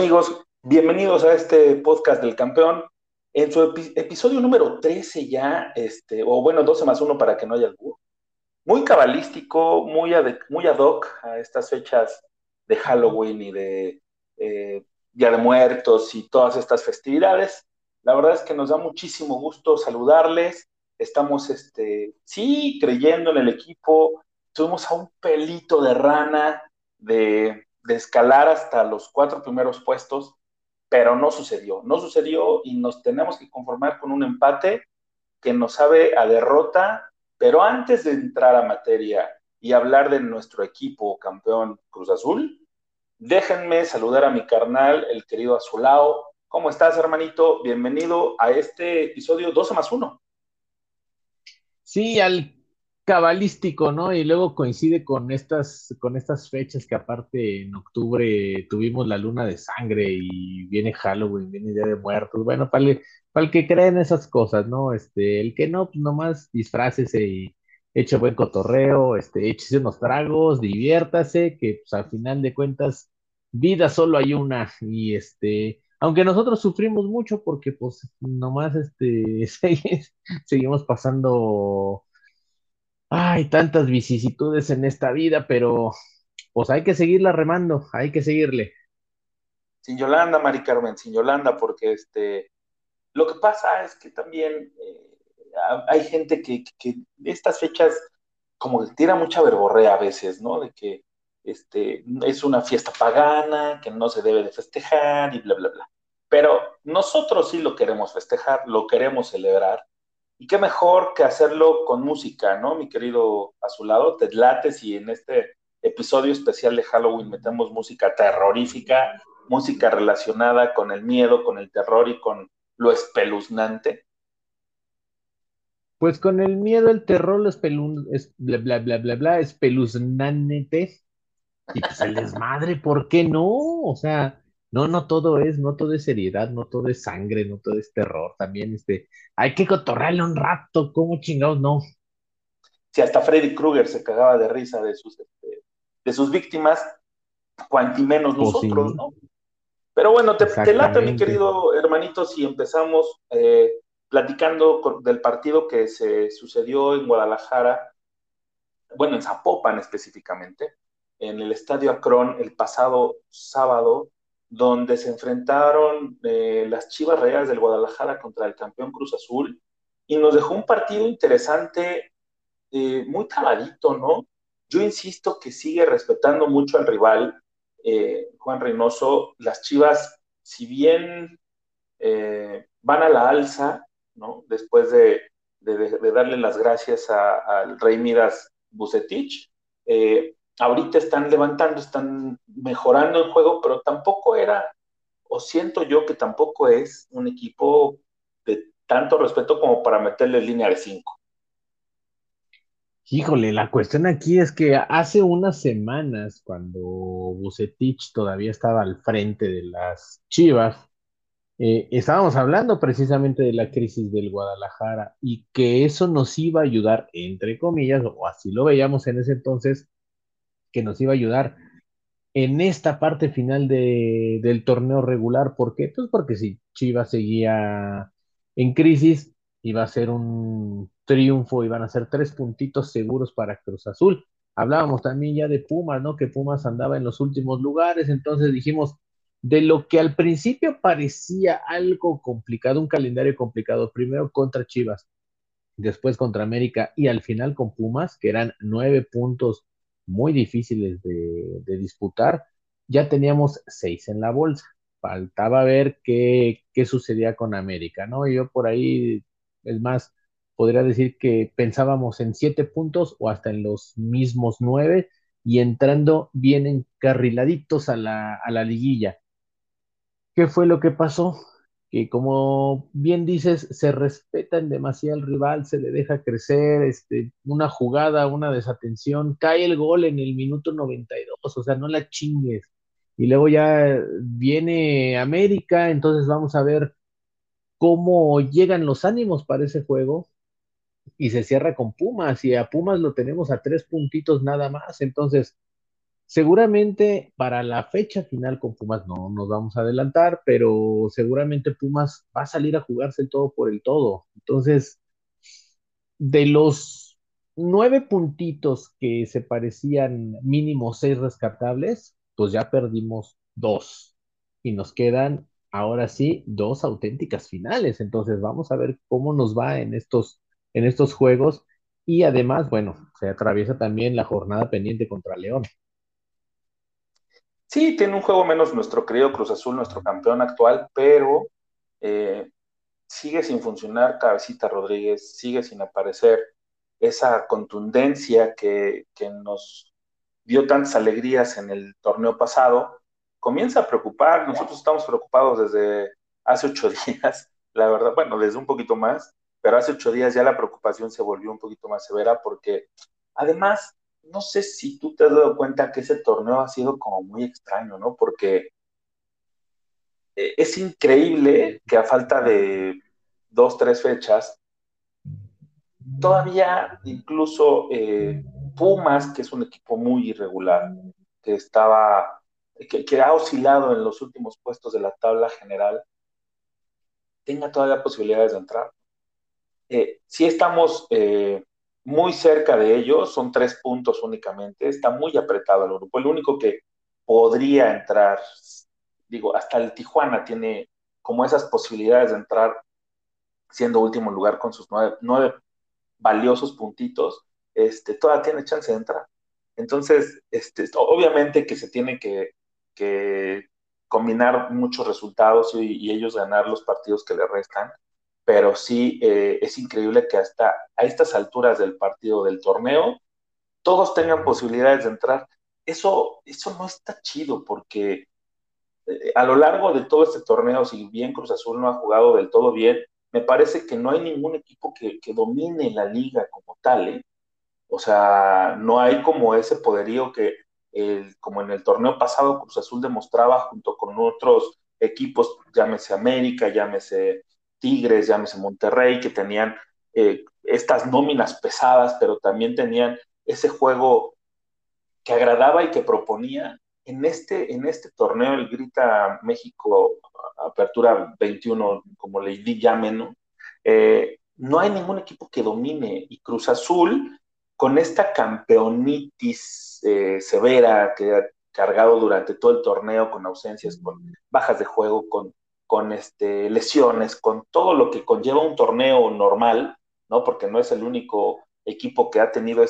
amigos? Bienvenidos a este podcast del campeón. En su episodio número 13 ya, o bueno, 12 más uno para que no haya albur. Muy cabalístico, muy ad hoc a estas fechas de Halloween y de Día de Muertos y todas estas festividades. La verdad es que nos da muchísimo gusto saludarles. Estamos, sí, creyendo en el equipo. Tuvimos a un pelito de rana de escalar hasta los cuatro primeros puestos, pero no sucedió. No sucedió y nos tenemos que conformar con un empate que nos sabe a derrota, pero antes de entrar a materia y hablar de nuestro equipo campeón Cruz Azul, déjenme saludar a mi carnal, el querido Azulao. ¿Cómo estás, hermanito? Bienvenido a este episodio 12 más uno. Sí, al cabalístico, ¿no? Y luego coincide con estas fechas que aparte en octubre tuvimos la luna de sangre y viene Halloween, viene Día de Muertos. Bueno, para el que cree en esas cosas, ¿no? El que no, pues nomás disfrácese y eche buen cotorreo, échese unos tragos, diviértase, que pues al final de cuentas, vida solo hay una. Y aunque nosotros sufrimos mucho porque pues nomás seguimos pasando, ay, tantas vicisitudes en esta vida, pero pues hay que seguirla remando, hay que seguirle. Sin Yolanda, Mari Carmen, sin Yolanda, porque lo que pasa es que también hay gente que estas fechas como que tira mucha verborrea a veces, ¿no? De que es una fiesta pagana, que no se debe de festejar y bla, bla, bla. Pero nosotros sí lo queremos festejar, lo queremos celebrar. Y qué mejor que hacerlo con música, ¿no? Mi querido Azulado, te lates y en este episodio especial de Halloween metemos música terrorífica, música relacionada con el miedo, con el terror y con lo espeluznante. Pues con el miedo, el terror, bla, bla, bla, bla, bla, espeluznante, y pues el desmadre, ¿por qué no? O sea, no todo es seriedad, no todo es sangre, no todo es terror, también hay que cotorrearle un rato, ¿cómo chingados no? Si hasta Freddy Krueger se cagaba de risa de sus víctimas, cuanti menos Pues nosotros, sí, ¿no? Pero bueno, te late, mi exactamente. querido hermanito, si empezamos platicando del partido que se sucedió en Guadalajara, bueno, en Zapopan específicamente, en el Estadio Akron el pasado sábado, donde se enfrentaron las Chivas Rayadas del Guadalajara contra el campeón Cruz Azul, y nos dejó un partido interesante, muy trabadito, ¿no? Yo insisto que sigue respetando mucho al rival, Juan Reynoso. Las Chivas, si bien van a la alza, ¿no? Después de darle las gracias al Rey Midas Bucetich, ahorita están levantando, están mejorando el juego, pero tampoco era, o siento yo que tampoco es un equipo de tanto respeto como para meterle línea de 5. Híjole, la cuestión aquí es que hace unas semanas, cuando Vucetich todavía estaba al frente de las Chivas, estábamos hablando precisamente de la crisis del Guadalajara y que eso nos iba a ayudar, entre comillas, o así lo veíamos en ese entonces, que nos iba a ayudar en esta parte final del torneo regular. ¿Por qué? Pues porque si Chivas seguía en crisis, iba a ser un triunfo, iban a ser 3 puntitos seguros para Cruz Azul. Hablábamos también ya de Pumas, ¿no? Que Pumas andaba en los últimos lugares, entonces dijimos, de lo que al principio parecía algo complicado, un calendario complicado, primero contra Chivas, después contra América y al final con Pumas, que eran 9 puntos muy difíciles de disputar, ya teníamos 6 en la bolsa. Faltaba ver qué sucedía con América, ¿no? Y yo por ahí, es más, podría decir que pensábamos en 7 puntos o hasta en los mismos 9 y entrando bien encarriladitos a la liguilla. ¿Qué fue lo que pasó? Que como bien dices, se respeta en demasía al rival, se le deja crecer, una jugada, una desatención, cae el gol en el minuto 92, o sea, no la chingues. Y luego ya viene América, entonces vamos a ver cómo llegan los ánimos para ese juego y se cierra con Pumas y a Pumas lo tenemos a 3 puntitos nada más, entonces seguramente para la fecha final con Pumas no nos vamos a adelantar, pero seguramente Pumas va a salir a jugarse el todo por el todo. Entonces, de los 9 puntitos que se parecían mínimo 6 rescatables, pues ya perdimos dos. Y nos quedan ahora sí dos auténticas finales. Entonces vamos a ver cómo nos va en estos juegos. Y además, bueno, se atraviesa también la jornada pendiente contra León. Sí, tiene un juego menos nuestro querido Cruz Azul, nuestro campeón actual, pero eh, sigue sin funcionar Cabecita Rodríguez, sigue sin aparecer esa contundencia que nos dio tantas alegrías en el torneo pasado. Comienza a preocupar, nosotros estamos preocupados desde hace 8 días, la verdad, bueno, desde un poquito más, pero hace 8 días ya la preocupación se volvió un poquito más severa porque además, no sé si tú te has dado cuenta que ese torneo ha sido como muy extraño, ¿no? Porque es increíble que a falta de 2, 3 fechas, todavía incluso Pumas, que es un equipo muy irregular, que que ha oscilado en los últimos puestos de la tabla general, tenga todavía posibilidades de entrar. Sí estamos muy cerca de ellos, son 3 puntos únicamente, está muy apretado el grupo. El único que podría entrar, digo, hasta el Tijuana tiene como esas posibilidades de entrar siendo último lugar con sus nueve valiosos puntitos, todavía tiene chance de entrar. Entonces, obviamente que se tiene que combinar muchos resultados y ellos ganar los partidos que le restan, pero sí es increíble que hasta a estas alturas del partido del torneo todos tengan posibilidades de entrar. Eso no está chido porque a lo largo de todo este torneo, si bien Cruz Azul no ha jugado del todo bien, me parece que no hay ningún equipo que domine la liga como tal, ¿eh? O sea, no hay como ese poderío que, como en el torneo pasado, Cruz Azul demostraba junto con otros equipos, llámese América, llámese Tigres, llámese Monterrey, que tenían estas nóminas pesadas, pero también tenían ese juego que agradaba y que proponía. En este torneo, el Grita México Apertura 21, como le llamen, ¿no? No hay ningún equipo que domine y Cruz Azul, con esta campeonitis severa que ha cargado durante todo el torneo, con ausencias, con bajas de juego, con lesiones, con todo lo que conlleva un torneo normal, ¿no? Porque no es el único equipo que ha tenido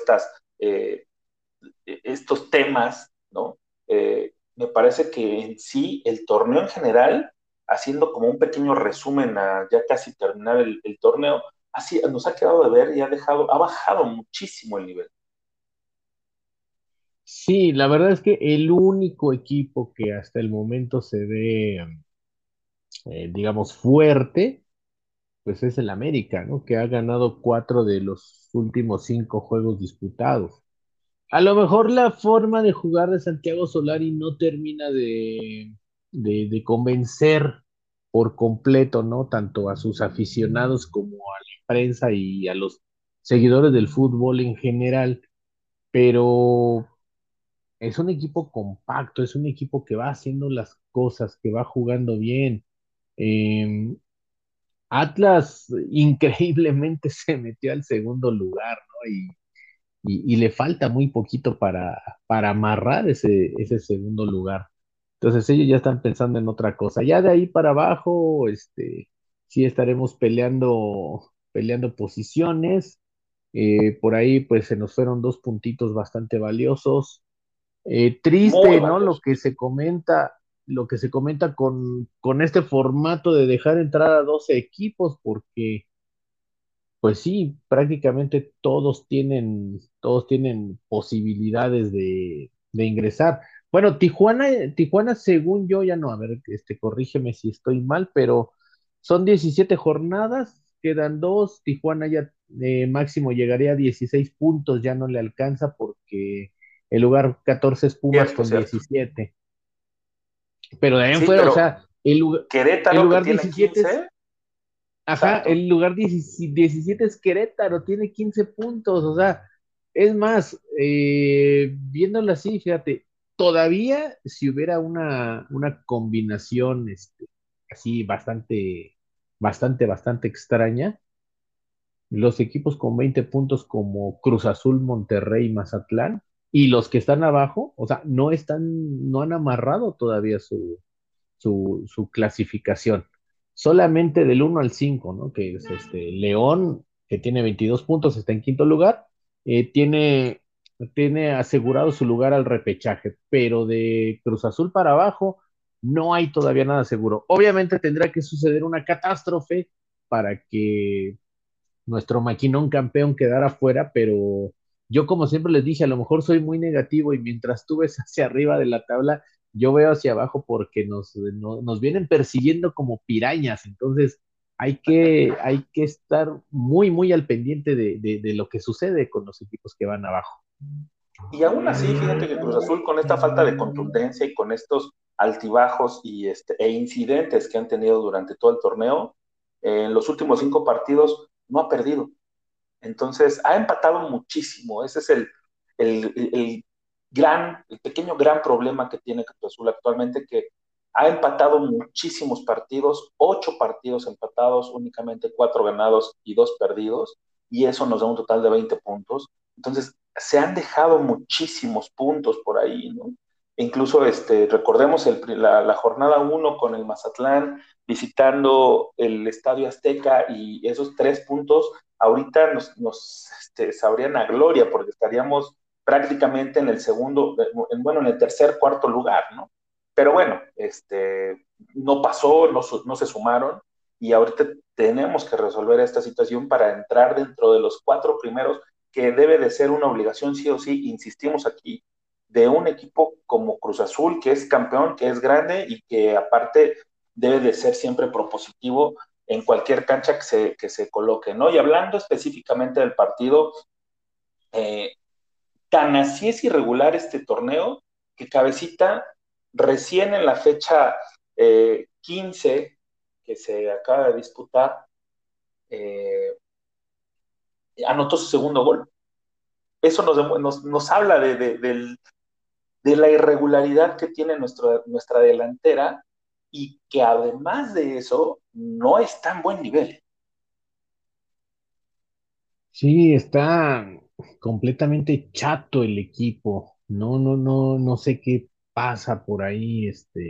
estos temas, ¿no? Me parece que en sí el torneo en general, haciendo como un pequeño resumen a ya casi terminar el torneo, así nos ha quedado de ver y ha bajado muchísimo el nivel. Sí, la verdad es que el único equipo que hasta el momento se ve, digamos, fuerte, pues es el América, ¿no? Que ha ganado 4 de los últimos 5 juegos disputados. A lo mejor la forma de jugar de Santiago Solari no termina de convencer por completo, ¿no? Tanto a sus aficionados como a la prensa y a los seguidores del fútbol en general, pero es un equipo compacto, es un equipo que va haciendo las cosas, que va jugando bien. Eh, Atlas increíblemente se metió al segundo lugar, ¿no? Y le falta muy poquito para amarrar ese segundo lugar. Entonces ellos ya están pensando en otra cosa. Ya de ahí para abajo, sí estaremos peleando posiciones. Por ahí, pues se nos fueron 2 puntitos bastante valiosos. Muy Triste, ¿no? valioso. Lo que se comenta con este formato de dejar entrar a 12 equipos, porque pues sí, prácticamente todos tienen posibilidades de ingresar. Bueno, Tijuana, según yo, ya no, a ver, corrígeme si estoy mal, pero son 17 jornadas, quedan dos, Tijuana ya máximo llegaría a 16 puntos, ya no le alcanza porque el lugar 14 es Pumas Cierto, con cierto. 17. Pero de ahí en Sí, fuera, o pero sea, el Querétaro que lugar tiene 17 es. 15, Ajá, exacto. el lugar 17 es Querétaro, tiene 15 puntos, o sea, es más, viéndolo así, fíjate, todavía si hubiera una combinación así bastante extraña, los equipos con 20 puntos como Cruz Azul, Monterrey, Mazatlán, y los que están abajo, o sea, no han amarrado todavía su clasificación. Solamente del 1 al 5, ¿no? Que es León, que tiene 22 puntos, está en quinto lugar, tiene asegurado su lugar al repechaje, pero de Cruz Azul para abajo no hay todavía nada seguro. Obviamente tendrá que suceder una catástrofe para que nuestro maquinón campeón quedara fuera, pero yo como siempre les dije, a lo mejor soy muy negativo y mientras tú ves hacia arriba de la tabla, yo veo hacia abajo porque nos vienen persiguiendo como pirañas, entonces hay que estar muy al pendiente de lo que sucede con los equipos que van abajo. Y aún así, fíjate que Cruz Azul con esta falta de contundencia y con estos altibajos e incidentes que han tenido durante todo el torneo, en los últimos 5 partidos no ha perdido. Entonces, ha empatado muchísimo. Ese es el el pequeño gran problema que tiene Cruz Azul actualmente, que ha empatado muchísimos partidos, 8 partidos empatados, únicamente 4 ganados y 2 perdidos, y eso nos da un total de 20 puntos. Entonces, se han dejado muchísimos puntos por ahí, ¿no? Incluso recordemos la jornada 1 con el Mazatlán visitando el Estadio Azteca, y esos 3 puntos ahorita nos sabrían a gloria porque estaríamos prácticamente en el segundo, bueno, en el tercer, cuarto lugar, ¿no? Pero bueno, no pasó, no se sumaron, y ahorita tenemos que resolver esta situación para entrar dentro de los 4 primeros, que debe de ser una obligación sí o sí, insistimos aquí, de un equipo como Cruz Azul, que es campeón, que es grande y que aparte debe de ser siempre propositivo en cualquier cancha que se coloque, ¿no? Y hablando específicamente del partido, eh, tan así es irregular este torneo que Cabecita recién en la fecha 15 que se acaba de disputar, eh, anotó su segundo gol. Eso nos habla de la irregularidad que tiene nuestra delantera, y que además de eso no está en buen nivel. Sí, está completamente chato el equipo. No sé qué pasa por ahí,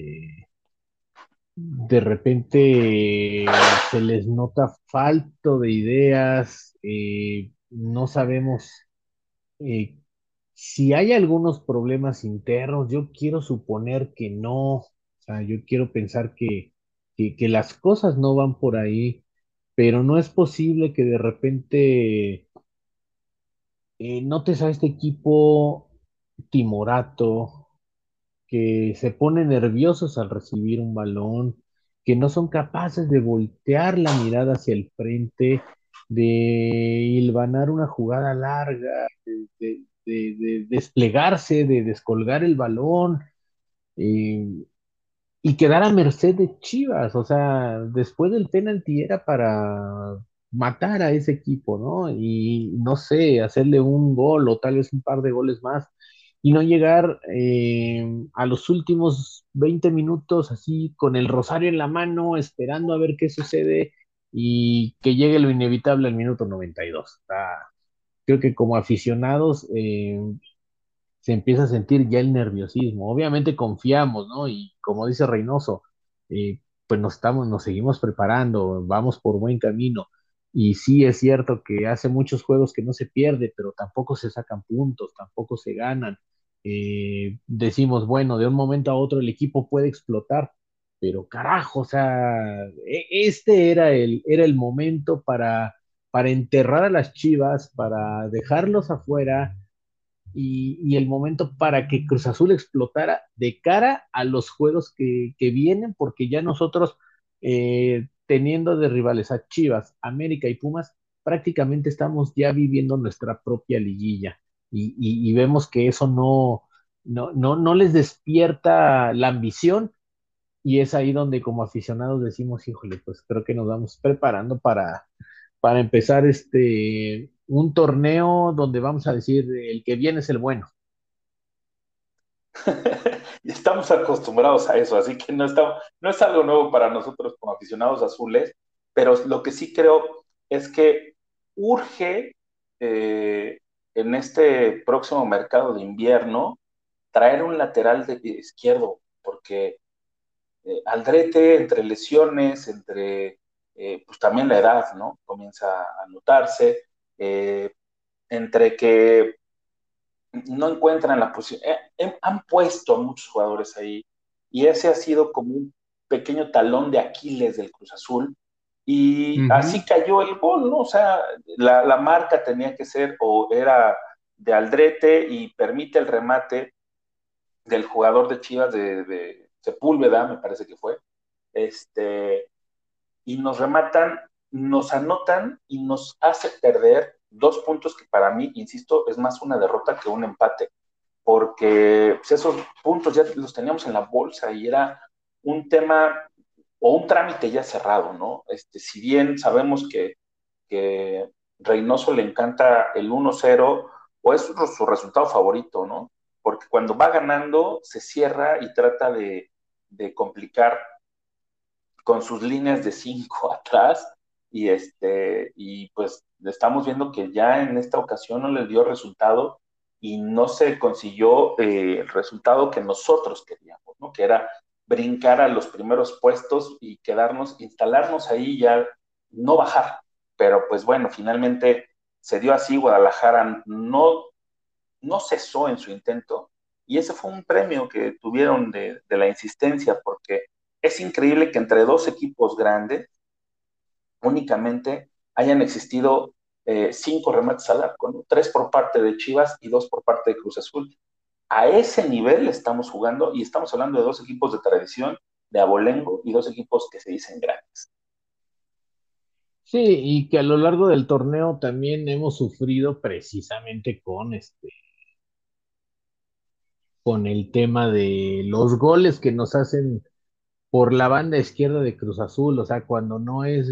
de repente se les nota falto de ideas, no sabemos eh, si hay algunos problemas internos. Yo quiero suponer que no, o sea, yo quiero pensar que las cosas no van por ahí, pero no es posible que de repente notes a este equipo timorato, que se ponen nerviosos al recibir un balón, que no son capaces de voltear la mirada hacia el frente, de hilvanar una jugada larga, de desplegarse, de descolgar el balón. eh, y quedar a merced de Chivas. O sea, después del penalti era para matar a ese equipo, ¿no? Y no sé, hacerle un gol o tal vez un par de goles más y no llegar a los últimos 20 minutos así con el rosario en la mano, esperando a ver qué sucede y que llegue lo inevitable al minuto 92. O sea, creo que como aficionados se empieza a sentir ya el nerviosismo. Obviamente confiamos, ¿no? Y como dice Reynoso, pues nos seguimos preparando, vamos por buen camino. Y sí es cierto que hace muchos juegos que no se pierde, pero tampoco se sacan puntos, tampoco se ganan. Decimos, bueno, de un momento a otro el equipo puede explotar, pero carajo, o sea, este era el momento para enterrar a las Chivas, para dejarlos afuera y el momento para que Cruz Azul explotara de cara a los juegos que vienen, porque ya nosotros, teniendo de rivales a Chivas, América y Pumas, prácticamente estamos ya viviendo nuestra propia liguilla y vemos que eso no les despierta la ambición, y es ahí donde como aficionados decimos, híjole, pues creo que nos vamos preparando para empezar un torneo donde vamos a decir el que viene es el bueno. Y estamos acostumbrados a eso, así que no es algo nuevo para nosotros como aficionados azules, pero lo que sí creo es que urge eh, en este próximo mercado de invierno traer un lateral de izquierdo, porque Aldrete, entre lesiones, entre pues también la edad, ¿no? Comienza a notarse, eh, entre que no encuentran la posición. Han puesto a muchos jugadores ahí y ese ha sido como un pequeño talón de Aquiles del Cruz Azul y Ujú. así cayó el gol, ¿no? O sea, la marca tenía que ser o era de Aldrete y permite el remate del jugador de Chivas de Sepúlveda, me parece que fue, este, y nos rematan, nos anotan y nos hace perder 2 puntos que para mí, insisto, es más una derrota que un empate, porque pues, esos puntos ya los teníamos en la bolsa y era un tema o un trámite ya cerrado, ¿no? Si bien sabemos que Reynoso le encanta el 1-0 o es su resultado favorito, ¿no? Porque cuando va ganando se cierra y trata de complicar con sus líneas de 5 atrás y pues estamos viendo que ya en esta ocasión no le dio resultado y no se consiguió el resultado que nosotros queríamos, ¿no? Que era brincar a los primeros puestos y quedarnos, instalarnos ahí ya, no bajar. Pero pues bueno, finalmente se dio así, Guadalajara no cesó en su intento y ese fue un premio que tuvieron de la insistencia porque es increíble que entre dos equipos grandes únicamente hayan existido 5 remates al arco, ¿no? 3 por parte de Chivas y 2 por parte de Cruz Azul. A ese nivel estamos jugando y estamos hablando de dos equipos de tradición, de abolengo y dos equipos que se dicen grandes. Sí, y que a lo largo del torneo también hemos sufrido precisamente con el tema de los goles que nos hacen por la banda izquierda de Cruz Azul, o sea, cuando no es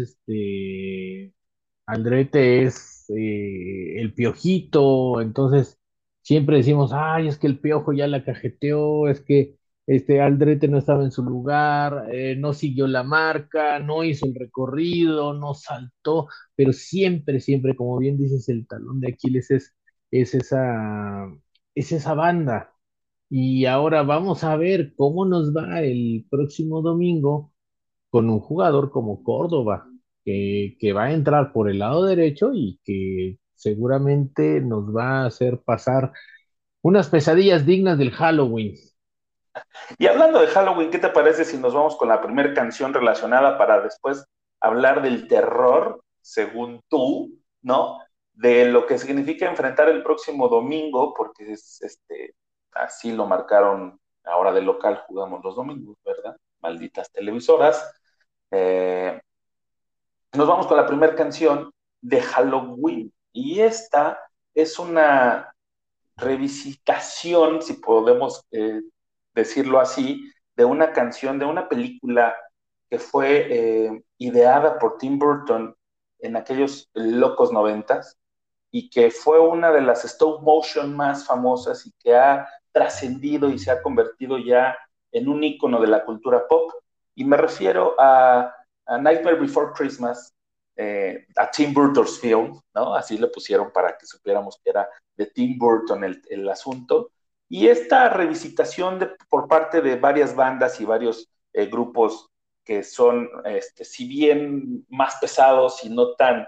Aldrete es el Piojito, entonces siempre decimos, ay, es que el Piojo ya la cajeteó, es que Aldrete no estaba en su lugar, no siguió la marca, no hizo el recorrido, no saltó, pero siempre, siempre, como bien dices, el talón de Aquiles es esa, es esa banda. Y ahora vamos a ver cómo nos va el próximo domingo con un jugador como Córdoba, que va a entrar por el lado derecho y que seguramente nos va a hacer pasar unas pesadillas dignas del Halloween. Y hablando de Halloween, ¿qué te parece si nos vamos con la primera canción relacionada para después hablar del terror, según tú, ¿no? De lo que significa enfrentar el próximo domingo, porque así lo marcaron ahora de local, jugamos los domingos, ¿verdad? Malditas televisoras. Eh, Nos vamos con la primera canción de Halloween. Y esta es una revisitación, si podemos decirlo así, de una canción, de una película que fue ideada por Tim Burton en aquellos locos noventas y que fue una de las stop motion más famosas y que ha trascendido y se ha convertido ya en un icono de la cultura pop. Y me refiero a Nightmare Before Christmas, a Tim Burton's Film, ¿no? Así le pusieron para que supiéramos que era de Tim Burton el asunto. Y esta revisitación por parte de varias bandas y varios grupos que son, si bien más pesados y no tan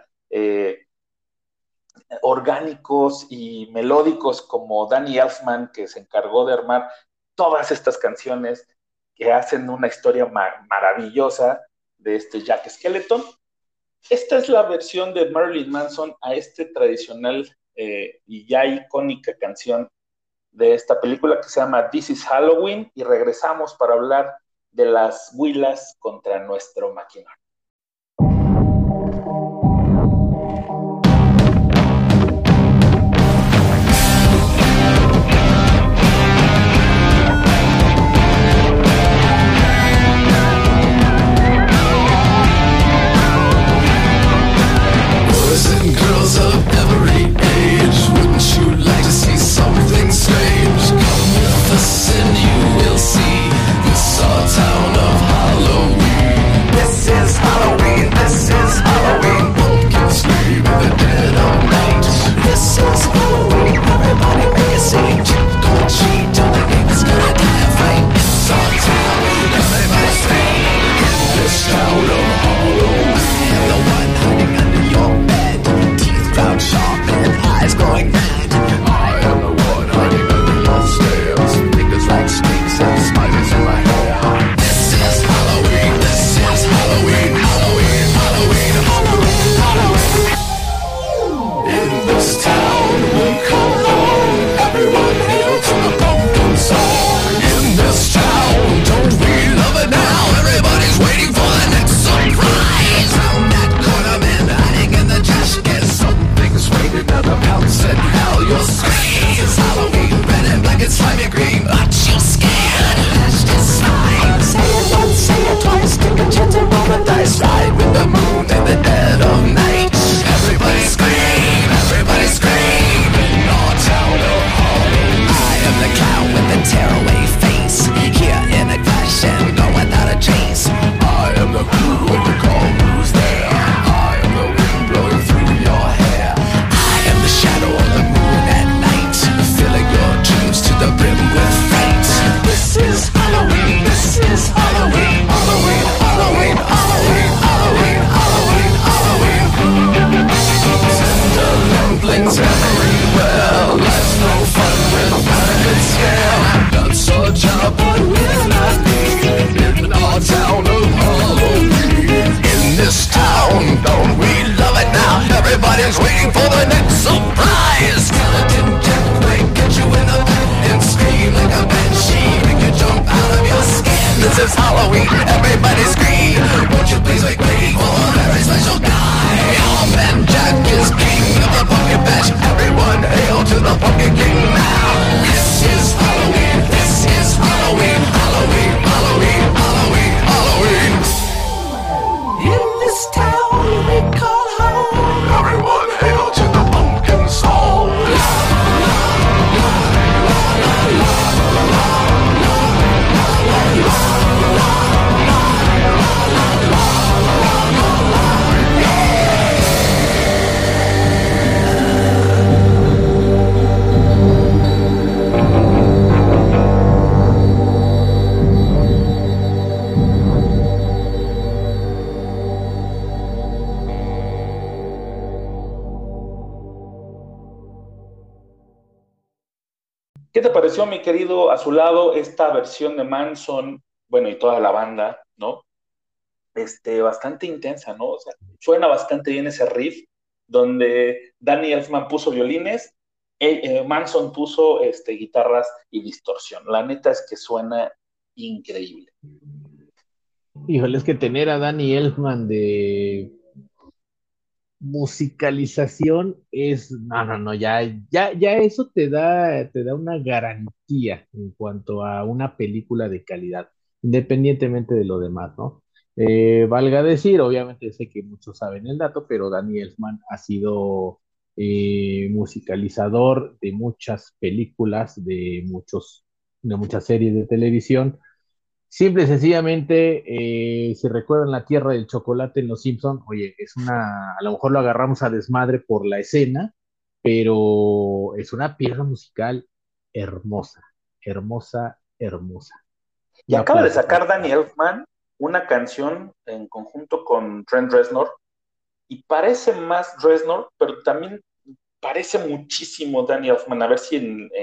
orgánicos y melódicos como Danny Elfman, que se encargó de armar todas estas canciones que hacen una historia maravillosa de este Jack Skeleton. Esta es la versión de Marilyn Manson a este tradicional y ya icónica canción de esta película que se llama This is Halloween y regresamos para hablar de las huilas contra nuestro maquinario. Boys and girls of every age, wouldn't you like to see something strange? Come with us in will see this our town of Halloween. This is Halloween, this is Halloween. Pumpkins scream in the dead of night. This is Halloween, everybody make a scene. Trick or treat, till the niggas gonna die of fright. It's our town, everybody scream. In this town of Halloween, I am the one hiding under your bed, teeth ground sharp and eyes glowing red. I am the one hiding under your stairs, fingers like snakes and spiders in my hair. This is Halloween, this is Halloween, Halloween, Halloween, Halloween, Halloween. In this town we call home, everyone hail to the pumpkin song. In this town, don't we love it now? Everybody's waiting for the next surprise. Round that corner, man, hiding in the trash can. Something's waiting at the pounce and hell, you'll scream. It's Halloween, red and black and slimy green, but you're scared. That's just fine. Say it once, say it twice, take a chance and roll the dice. Ride with the moon in the dead of night. Everybody scream, everybody scream. In our town of Halloween, I am the clown with the tearaway face. Here in a fashion, go without a trace. I am the clue when you call who's there. I am the wind blowing through your hair. I am the shadow of the moon at night, filling your dreams to the brim with fright. This is Halloween, this is Halloween, Halloween, Halloween, Halloween, Halloween, Halloween, Halloween. Tender lumplings everywhere. Life's no fun with bandit scare. That's our job, but we're not in our town of Halloween. In this town, don't we love it now? Everybody's waiting for the next surprise. Skeleton Jack might get you in the back and scream like a banshee, make you jump out of your skin. This is Halloween, everybody scream. Won't you please make way for a very special guy? Our man Jack is king of the pumpkin patch. Everyone hail to the pumpkin king now. This is Halloween, this is Halloween, Halloween, Halloween, Halloween, Halloween. In this town we call home, everyone hail to the pumpkin song. ¿Qué te pareció, mi querido Azulado, esta versión de Manson, bueno, y toda la banda, ¿no? Bastante intensa, ¿no? O sea, suena bastante bien ese riff, donde Danny Elfman puso violines, Manson puso guitarras y distorsión. La neta es que suena increíble. Híjole, es que tener a Danny Elfman de musicalización es, no, no, no, ya eso te da una garantía en cuanto a una película de calidad, independientemente de lo demás, ¿no? Valga decir, obviamente sé que muchos saben el dato, pero Danny Elfman ha sido musicalizador de muchas películas, de muchas series de televisión. Simple y sencillamente, si recuerdan la Tierra del Chocolate en Los Simpson, oye, a lo mejor lo agarramos a desmadre por la escena, pero es una pieza musical hermosa, hermosa, hermosa. Y Un acaba de aplauso. sacar Danny Elfman una canción en conjunto con Trent Reznor, y parece más Reznor, pero también parece muchísimo Danny Elfman. A ver si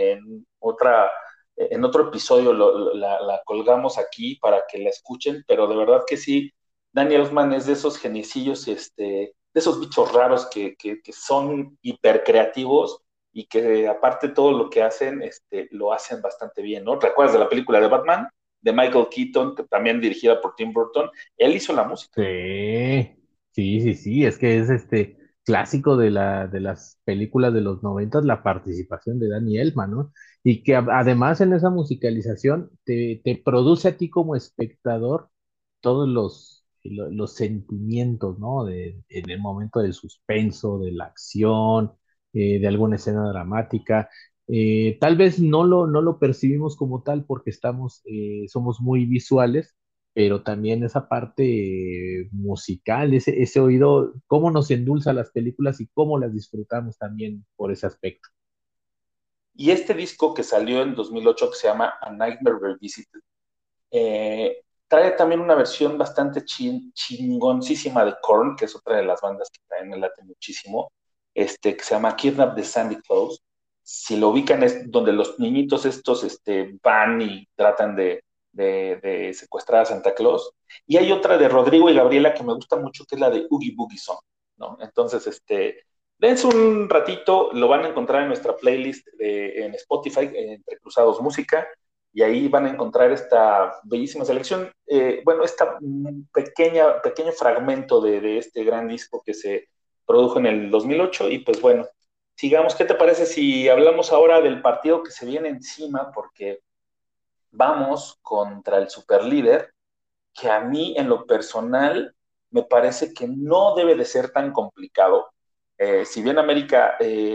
en otro episodio la colgamos aquí para que la escuchen, pero de verdad que sí, Danny Elfman es de esos geniecillos, de esos bichos raros que son hipercreativos y que aparte de todo lo que hacen, lo hacen bastante bien, ¿no? ¿Recuerdas de la película de Batman? De Michael Keaton, que también dirigida por Tim Burton, él hizo la música. Sí, sí, sí, sí, es que es este clásico de las películas de los 90, la participación de Danny Elfman, ¿no? Y que además en esa musicalización te produce a ti como espectador todos los sentimientos, ¿no? En el momento del suspenso, de la acción, de alguna escena dramática. Tal vez no lo percibimos como tal porque somos muy visuales, pero también esa parte musical, ese oído, cómo nos endulza las películas y cómo las disfrutamos también por ese aspecto. Y este disco que salió en 2008 que se llama A Nightmare Revisited, trae también una versión bastante chingoncísima de Korn, que es otra de las bandas que también me late muchísimo, que se llama Kidnap the Sandy Claus. Si lo ubican es donde los niñitos estos van y tratan de secuestrar a Santa Claus. Y hay otra de Rodrigo y Gabriela que me gusta mucho, que es la de Oogie Boogie Song, ¿no? Entonces, dense un ratito, lo van a encontrar en nuestra playlist en Spotify, Entre Cruzados Música, y ahí van a encontrar esta bellísima selección, bueno, esta pequeño fragmento de este gran disco que se produjo en el 2008 y pues bueno, sigamos, ¿qué te parece si hablamos ahora del partido que se viene encima? Porque vamos contra el superlíder, que a mí en lo personal me parece que no debe de ser tan complicado. Si bien América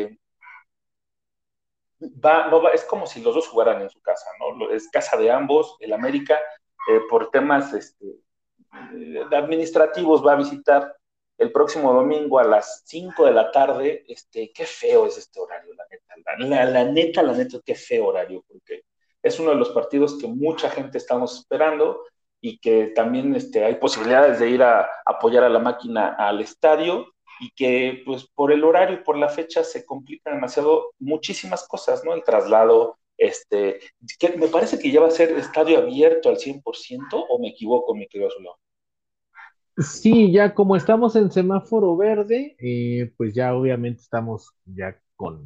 no va, es como si los dos jugaran en su casa, ¿no? Es casa de ambos, el América, por temas administrativos va a visitar el próximo domingo a las 5 de la tarde. Qué feo es este horario, la neta. La neta, qué feo horario, porque es uno de los partidos que mucha gente estamos esperando y que también hay posibilidades de ir a apoyar a la máquina al estadio y que pues por el horario y por la fecha se complican demasiado muchísimas cosas, ¿no? El traslado, que me parece que ya va a ser estadio abierto al 100% o me equivoco, mi querido Azulado. Sí, ya como estamos en semáforo verde, pues ya obviamente estamos ya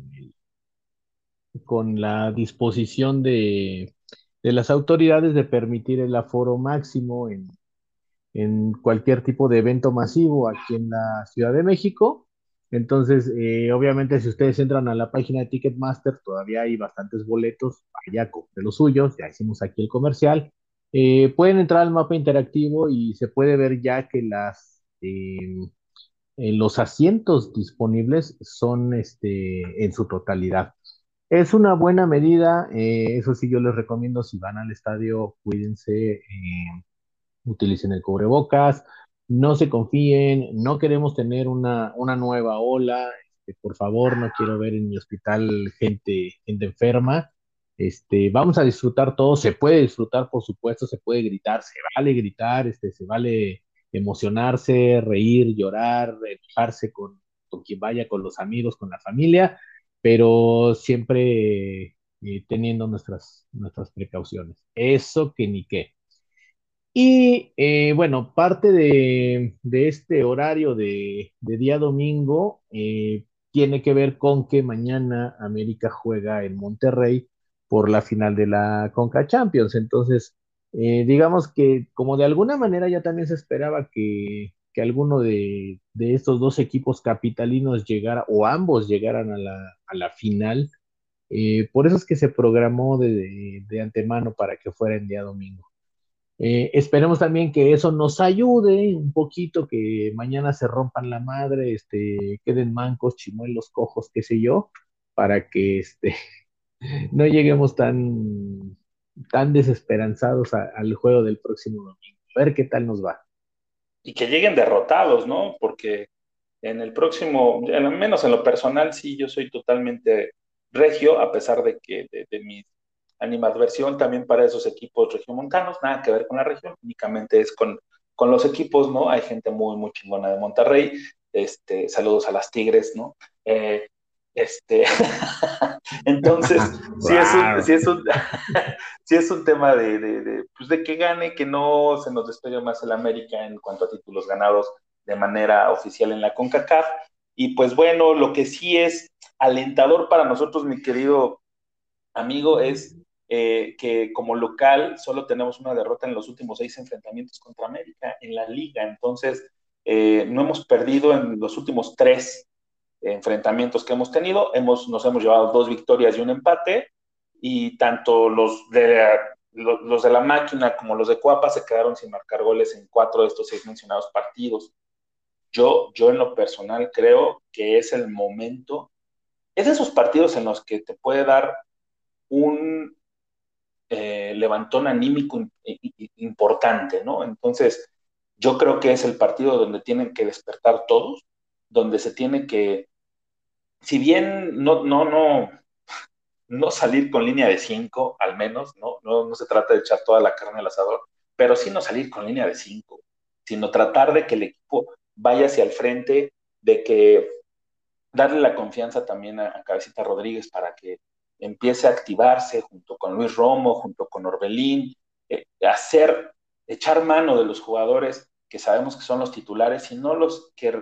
con la disposición de las autoridades de permitir el aforo máximo en cualquier tipo de evento masivo aquí en la Ciudad de México. Entonces, obviamente, si ustedes entran a la página de Ticketmaster, todavía hay bastantes boletos. Vaya, compre los suyos. Ya hicimos aquí el comercial. Pueden entrar al mapa interactivo y se puede ver ya que los asientos disponibles son en su totalidad. Es una buena medida. Eso sí, yo les recomiendo, si van al estadio, cuídense. Utilicen el cubrebocas, no se confíen, no queremos tener una nueva ola, por favor, no quiero ver en mi hospital gente enferma. Vamos a disfrutar todo, se puede disfrutar, por supuesto, se puede gritar, se vale gritar, se vale emocionarse, reír, llorar, enojarse con quien vaya, con los amigos, con la familia, pero siempre teniendo nuestras precauciones. Eso que ni qué. Y bueno, parte de este horario de día domingo tiene que ver con que mañana América juega en Monterrey por la final de la Conca Champions. Entonces, digamos que como de alguna manera ya también se esperaba que alguno de estos dos equipos capitalinos llegara o ambos llegaran a la final, por eso es que se programó de antemano para que fuera en día domingo. Esperemos también que eso nos ayude un poquito, que mañana se rompan la madre, queden mancos, chimuelos, cojos, qué sé yo, para que no lleguemos tan desesperanzados al juego del próximo domingo. A ver qué tal nos va. Y que lleguen derrotados, ¿no? Porque en el próximo, al menos en lo personal, sí, yo soy totalmente regio, a pesar de que de mi animadversión también para esos equipos regiomontanos, nada que ver con la región, únicamente es con los equipos, ¿no? Hay gente muy, muy chingona de Monterrey, saludos a las Tigres, ¿no? Este, entonces, sí es un, Wow. sí es un, sí es un tema pues de que gane, que no se nos despegue más el América en cuanto a títulos ganados de manera oficial en la CONCACAF. Y pues bueno, lo que sí es alentador para nosotros, mi querido amigo, es que como local solo tenemos una derrota en los últimos 6 enfrentamientos contra América en la liga. Entonces, no hemos perdido en los últimos 3 enfrentamientos que hemos tenido. Nos hemos llevado 2 victorias y un empate. Y tanto los de la máquina como los de Cuapa se quedaron sin marcar goles en 4 de estos 6 mencionados partidos. Yo en lo personal creo que es el momento es de esos partidos en los que te puede dar un levantón anímico importante, ¿no? Entonces, yo creo que es el partido donde tienen que despertar todos, donde se tiene que, si bien no salir con línea de 5, al menos, no se trata de echar toda la carne al asador, pero sí no salir con línea de 5, sino tratar de que el equipo vaya hacia el frente, de que darle la confianza también a Cabecita Rodríguez para que empiece a activarse junto con Luis Romo, junto con Orbelín, echar mano de los jugadores que sabemos que son los titulares y no los que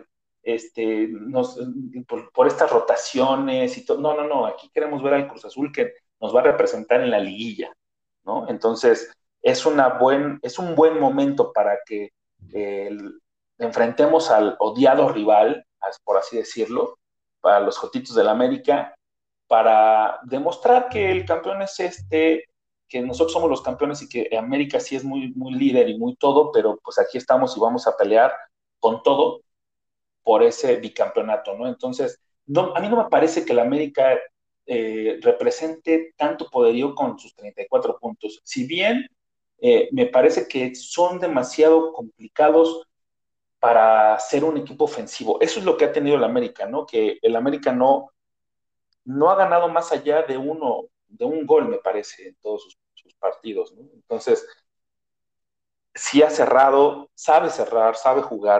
por estas rotaciones y todo. No, aquí queremos ver al Cruz Azul que nos va a representar en la liguilla, ¿no? Entonces, es un buen momento para que enfrentemos al odiado rival, por así decirlo, para los Jotitos del América, para demostrar que el campeón es que nosotros somos los campeones y que América sí es muy, muy líder y muy todo, pero pues aquí estamos y vamos a pelear con todo por ese bicampeonato, ¿no? Entonces, a mí no me parece que el América represente tanto poderío con sus 34 puntos. Si bien me parece que son demasiado complicados para ser un equipo ofensivo. Eso es lo que ha tenido el América, ¿no? Que el América no ha ganado más allá de un gol, me parece, en todos sus partidos, ¿no? Entonces, sí ha cerrado, sabe cerrar, sabe jugar.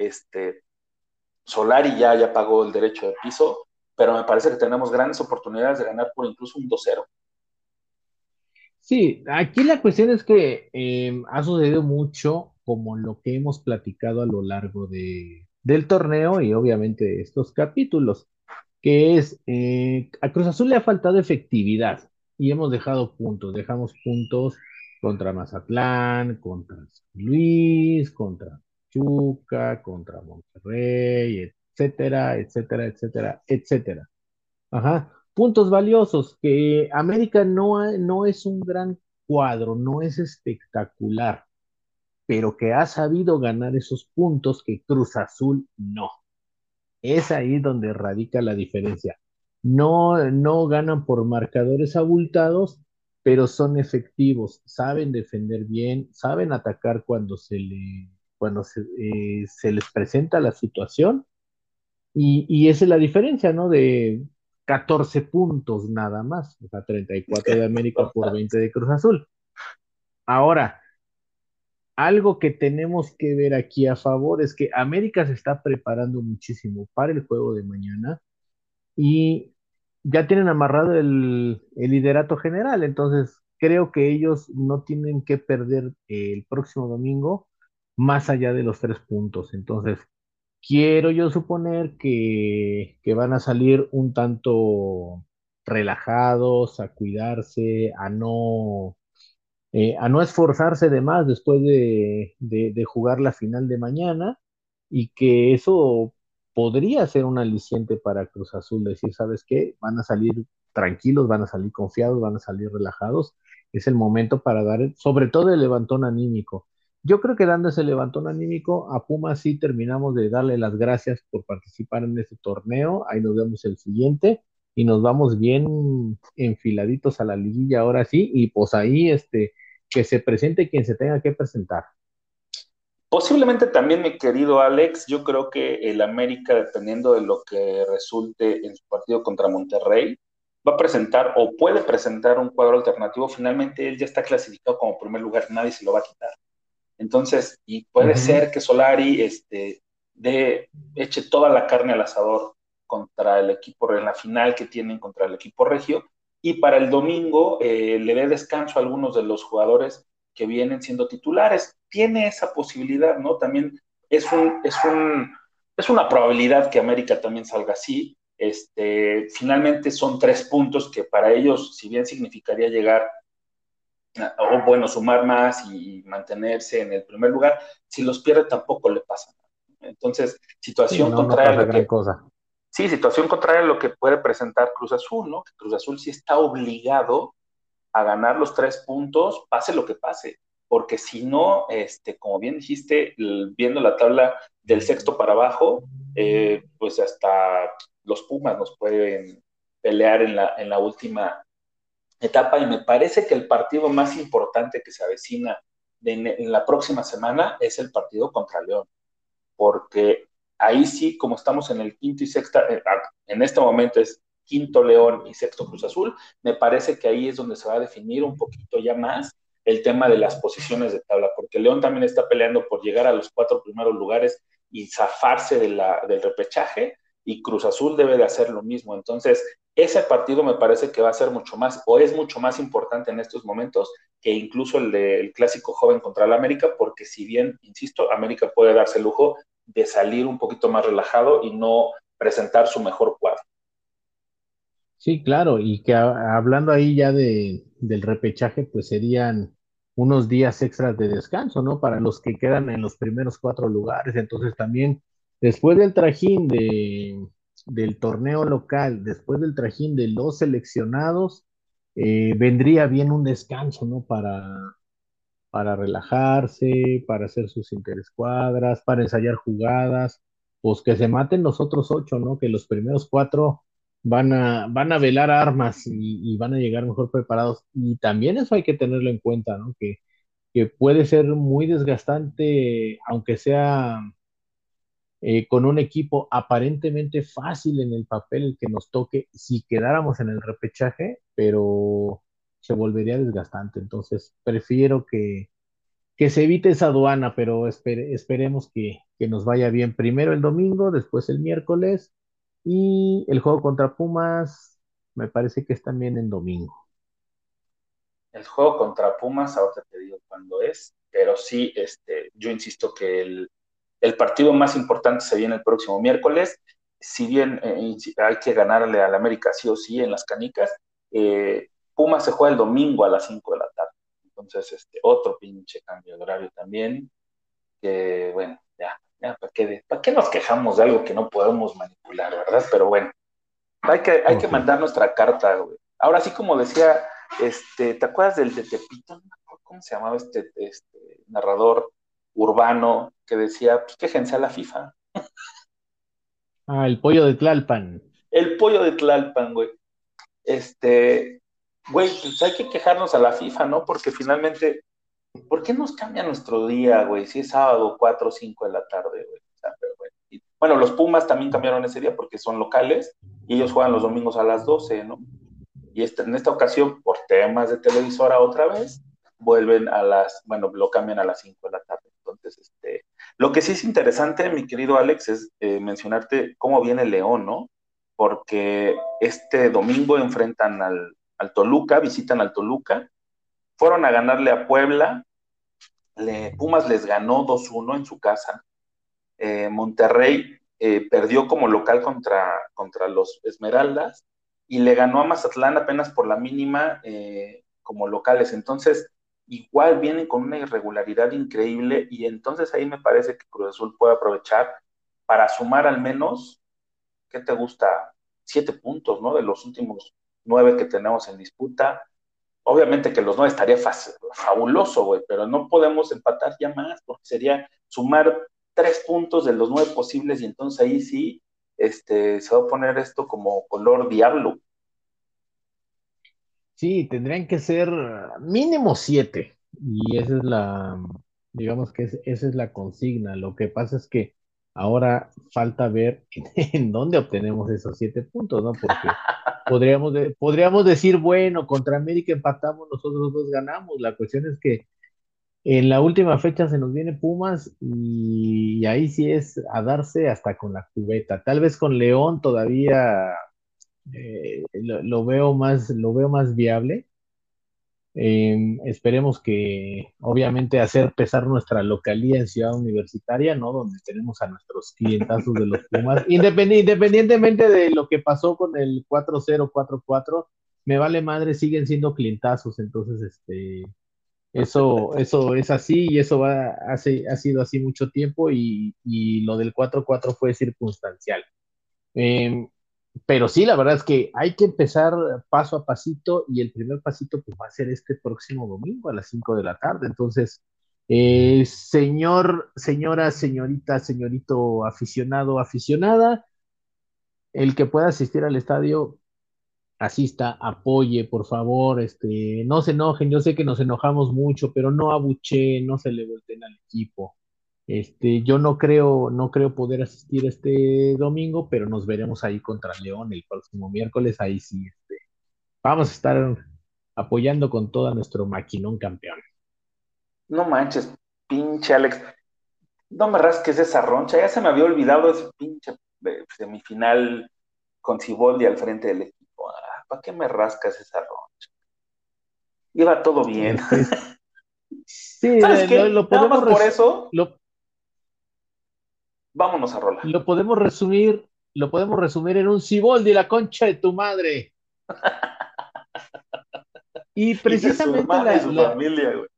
Solari ya pagó el derecho de piso, pero me parece que tenemos grandes oportunidades de ganar por incluso un 2-0. Sí, aquí la cuestión es que ha sucedido mucho como lo que hemos platicado a lo largo del torneo y obviamente estos capítulos, que es a Cruz Azul le ha faltado efectividad y hemos dejamos puntos contra Mazatlán, contra San Luis, contra Chuca, contra Monterrey, etcétera, etcétera, etcétera, etcétera. Ajá. Puntos valiosos, que América no es un gran cuadro, no es espectacular, pero que ha sabido ganar esos puntos que Cruz Azul no. Es ahí donde radica la diferencia. No ganan por marcadores abultados, pero son efectivos, saben defender bien, saben atacar cuando se les presenta la situación y esa es la diferencia, ¿no? De 14 puntos nada más, o sea, 34 de América por 20 de Cruz Azul. Ahora, algo que tenemos que ver aquí a favor es que América se está preparando muchísimo para el juego de mañana y ya tienen amarrado el liderato general, entonces creo que ellos no tienen que perder el próximo domingo más allá de los 3 puntos. Entonces, quiero yo suponer que van a salir un tanto relajados, a cuidarse, a no esforzarse de más después de jugar la final de mañana y que eso podría ser un aliciente para Cruz Azul, decir, ¿sabes qué? Van a salir tranquilos, van a salir confiados, van a salir relajados. Es el momento para dar, sobre todo el levantón anímico. Yo creo que dando ese levantón anímico, a Pumas sí terminamos de darle las gracias por participar en este torneo. Ahí nos vemos el siguiente y nos vamos bien enfiladitos a la liguilla ahora sí. Y pues ahí que se presente quien se tenga que presentar. Posiblemente también, mi querido Alex, yo creo que el América, dependiendo de lo que resulte en su partido contra Monterrey, va a presentar o puede presentar un cuadro alternativo. Finalmente, él ya está clasificado como primer lugar, nadie se lo va a quitar. Entonces, y puede Ujú. ser que Solari eche toda la carne al asador contra el equipo en la final que tienen contra el equipo regio, y para el domingo le dé descanso a algunos de los jugadores que vienen siendo titulares. Tiene esa posibilidad, ¿no? También es una probabilidad que América también salga así. Finalmente son 3 puntos que para ellos, si bien significaría llegar o bueno, sumar más y mantenerse en el primer lugar, si los pierde tampoco le pasa nada. Entonces, Sí, situación no contraria a pasa lo gran que, cosa. sí, situación contraria a lo que puede presentar Cruz Azul, ¿no? Que Cruz Azul sí está obligado a ganar los 3 puntos, pase lo que pase, porque si no, como bien dijiste, viendo la tabla del sexto para abajo, pues hasta los Pumas nos pueden pelear en la última etapa, y me parece que el partido más importante que se avecina en la próxima semana es el partido contra León, porque ahí sí, como estamos en el quinto y sexta, en este momento es quinto León y sexto Cruz Azul, me parece que ahí es donde se va a definir un poquito ya más el tema de las posiciones de tabla, porque León también está peleando por llegar a los 4 primeros lugares y zafarse del repechaje, y Cruz Azul debe de hacer lo mismo. Entonces, ese partido me parece que va a ser mucho más, o es mucho más importante en estos momentos que incluso el clásico joven contra el América, porque si bien, insisto, América puede darse el lujo de salir un poquito más relajado y no presentar su mejor cuadro. Sí, claro, y que hablando ahí ya del repechaje, pues serían unos días extras de descanso, ¿no? Para los que quedan en los primeros 4 lugares. Entonces también, después del trajín del torneo local, después del trajín de los seleccionados, vendría bien un descanso, ¿no? Para relajarse, para hacer sus interescuadras, para ensayar jugadas, pues que se maten los otros 8, ¿no? Que los primeros 4 van a velar armas y van a llegar mejor preparados. Y también eso hay que tenerlo en cuenta, ¿no? Que puede ser muy desgastante, aunque sea con un equipo aparentemente fácil en el papel el que nos toque si quedáramos en el repechaje, pero se volvería desgastante. Entonces, prefiero que se evite esa aduana, pero esperemos que nos vaya bien. Primero el domingo, después el miércoles y el juego contra Pumas me parece que es también en domingo. El juego contra Pumas, ahora te digo cuándo es, pero sí, yo insisto que el partido más importante se viene el próximo miércoles. Si bien hay que ganarle al América sí o sí en las canicas, Pumas se juega el domingo a las 5 de la tarde. Entonces, otro pinche cambio de horario también, que bueno, ya, ¿para qué nos quejamos de algo que no podemos manipular, verdad? Pero bueno, hay que Ok. mandar nuestra carta, güey. Ahora sí, como decía, ¿te acuerdas del de Tepito? No me acuerdo cómo se llamaba este narrador urbano que decía, pues quéjense a la FIFA. Ah, el pollo de Tlalpan. El pollo de Tlalpan, güey. Güey, pues hay que quejarnos a la FIFA, ¿no? Porque finalmente, ¿por qué nos cambia nuestro día, güey? Si es sábado, 4 o 5 de la tarde, güey. O sea, pero bueno. Bueno, los Pumas también cambiaron ese día porque son locales y ellos juegan los domingos a las 12, ¿no? Y en esta ocasión, por temas de televisora otra vez, bueno, lo cambian a las 5 de la tarde. Entonces, lo que sí es interesante, mi querido Alex, es mencionarte cómo viene León, ¿no? Porque este domingo enfrentan al Toluca, visitan al Toluca, fueron a ganarle a Puebla, Pumas les ganó 2-1 en su casa, Monterrey perdió como local contra los Esmeraldas y le ganó a Mazatlán apenas por la mínima como locales. Entonces, igual vienen con una irregularidad increíble, y entonces ahí me parece que Cruz Azul puede aprovechar para sumar al menos, ¿qué te gusta? 7 puntos, ¿no? De los últimos 9 que tenemos en disputa. Obviamente que los 9 estaría fabuloso, güey, pero no podemos empatar ya más porque sería sumar 3 puntos de los 9 posibles, y entonces ahí sí se va a poner esto como color diablo. Sí, tendrían que ser mínimo 7. Y esa es digamos que esa es la consigna. Lo que pasa es que ahora falta ver en dónde obtenemos esos 7 puntos, ¿no? Porque podríamos decir, bueno, contra América empatamos, nosotros dos ganamos. La cuestión es que en la última fecha se nos viene Pumas y ahí sí es a darse hasta con la cubeta. Tal vez con León todavía lo veo más viable. Esperemos que, obviamente, hacer pesar nuestra localía en Ciudad Universitaria, ¿no? Donde tenemos a nuestros clientazos de los Pumas. Independientemente de lo que pasó con el 4-0, 4-4, me vale madre, siguen siendo clientazos. Entonces, eso es así y eso ha sido así mucho tiempo y lo del 4-4 fue circunstancial. Eh, pero sí, la verdad es que hay que empezar paso a pasito y el primer pasito pues va a ser este próximo domingo a las 5 de la tarde. Entonces, señora, señorita, señorito aficionado, aficionada, el que pueda asistir al estadio, asista, apoye, por favor, no se enojen, yo sé que nos enojamos mucho, pero no abucheen, no se le volteen al equipo. Yo no creo poder asistir este domingo, pero nos veremos ahí contra León el próximo miércoles, ahí sí, vamos a estar apoyando con todo nuestro maquinón campeón. No manches, pinche Alex. No me rasques esa roncha. Ya se me había olvidado ese pinche semifinal con Siboldi al frente del equipo. ¿Para qué me rascas esa roncha? Iba todo bien. Este, sí, ¿Sabes lo, qué? lo Nada podemos más por eso, lo, vámonos a rola. lo podemos resumir, lo podemos resumir en un Siboldi, la concha de tu madre. Y Y de su precisamente hermana y su familia, güey.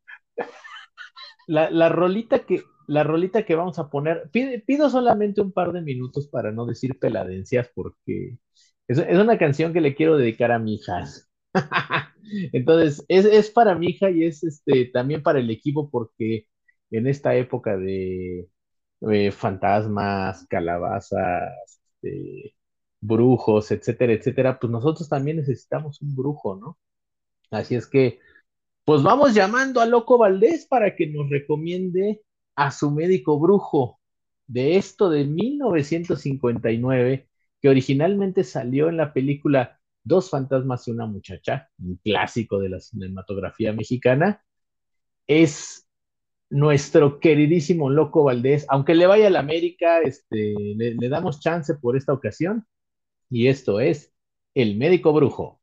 la rolita que vamos a poner, pido solamente un par de minutos para no decir peladencias, porque es una canción que le quiero dedicar a mi hija. Entonces, es para mi hija y es también para el equipo, porque en esta época de fantasmas, calabazas, brujos, etcétera, etcétera, pues nosotros también necesitamos un brujo, ¿no? Así es que pues vamos llamando a Loco Valdés para que nos recomiende a su médico brujo de esto de 1959, que originalmente salió en la película Dos fantasmas y una muchacha, un clásico de la cinematografía mexicana. Es nuestro queridísimo Loco Valdés, aunque le vaya a la América, le damos chance por esta ocasión, y esto es El médico brujo.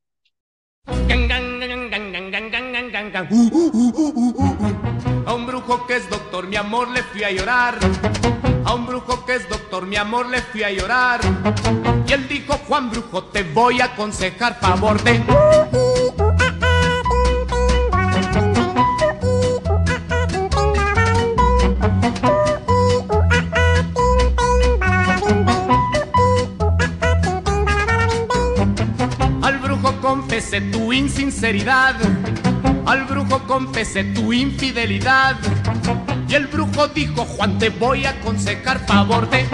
A un brujo que es doctor, mi amor, le fui a llorar. A un brujo que es doctor, mi amor, le fui a llorar. Y él dijo, Juan Brujo, te voy a aconsejar favor de... Al brujo confesé tu insinceridad, al brujo confesé tu infidelidad. Y el brujo dijo, Juan, te voy a aconsejar favor de...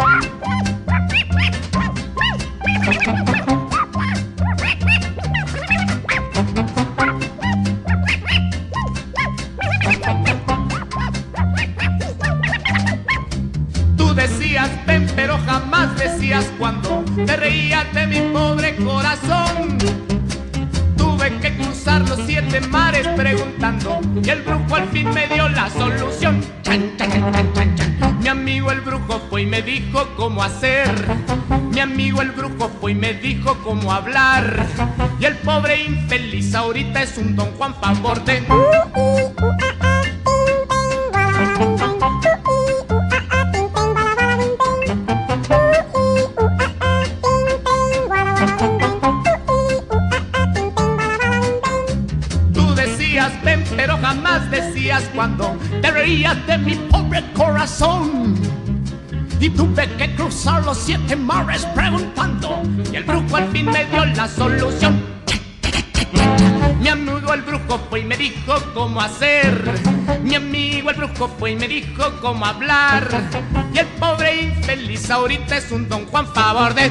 Tú decías ven, pero jamás decías cuando. Te reías de mi pobre corazón. Tuve que cruzar los 7 mares preguntando, y el brujo al fin me dio la solución. Chan, chan, chan, chan, chan, chan. Mi amigo el brujo fue y me dijo cómo hacer. Mi amigo el brujo fue y me dijo cómo hablar. Y el pobre infeliz ahorita es un don Juan favor de... Tú decías ven, pero jamás decías cuando. Te reías de mi pobre corazón. Y tuve que cruzar los 7 mares preguntando, y el brujo al fin me dio la solución. Mi amigo el brujo fue y me dijo cómo hacer. Mi amigo el brujo fue y me dijo cómo hablar. Y el pobre infeliz ahorita es un don Juan favor de...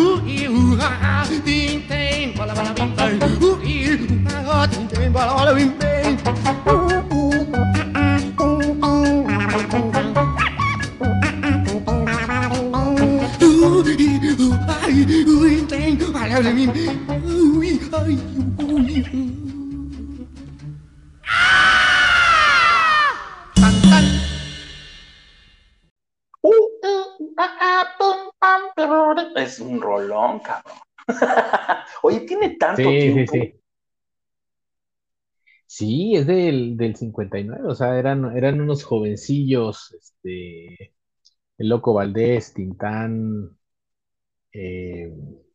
Es un rolón, cabrón. Oye, tiene tanto Sí, sí, tiempo. sí. Sí, es del 59, o sea, eran unos jovencillos, el Loco Valdés, Tintán, eh,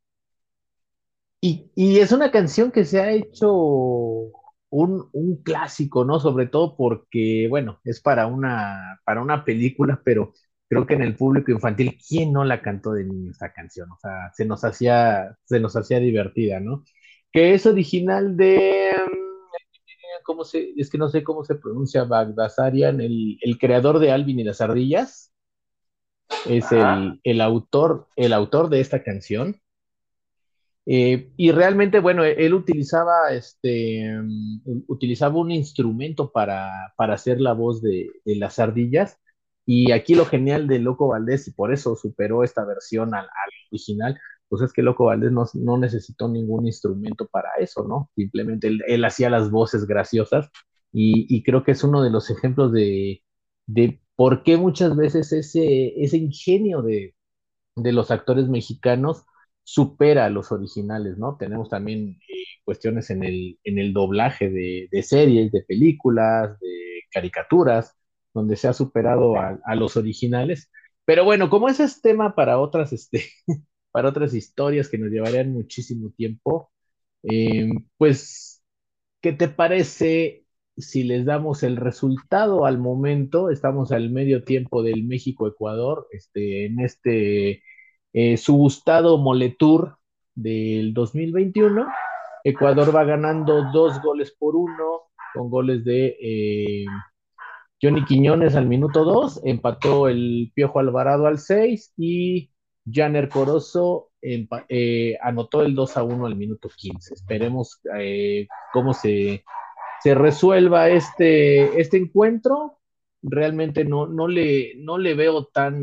y es una canción que se ha hecho un clásico, ¿no? Sobre todo porque, bueno, es para una película, pero creo que en el público infantil, ¿quién no la cantó de niño esta canción? O sea, se nos hacía divertida, ¿no? Que es original de, es que no sé cómo se pronuncia, Bagdasarian, el creador de Alvin y las ardillas, es Ajá. el autor de esta canción. Y realmente, bueno, él utilizaba, utilizaba un instrumento para hacer la voz de las ardillas. Y aquí lo genial de Loco Valdés, y por eso superó esta versión al original, pues es que Loco Valdés no necesitó ningún instrumento para eso, ¿no? Simplemente él hacía las voces graciosas y creo que es uno de los ejemplos de por qué muchas veces ese ingenio de los actores mexicanos supera a los originales, ¿no? Tenemos también cuestiones en el doblaje de series, de películas, de caricaturas, donde se ha superado a los originales. Pero bueno, como ese es tema para otras, para otras historias que nos llevarían muchísimo tiempo, pues, ¿qué te parece si les damos el resultado al momento? Estamos al medio tiempo del México-Ecuador, en su gustado Moletour del 2021. Ecuador va ganando 2 goles por 1, con goles de Johnny Quiñones al minuto 2, empató el Piojo Alvarado al 6 y Janer Corozo anotó el 2-1 al minuto 15. Esperemos cómo se resuelva este encuentro. Realmente no le veo tan,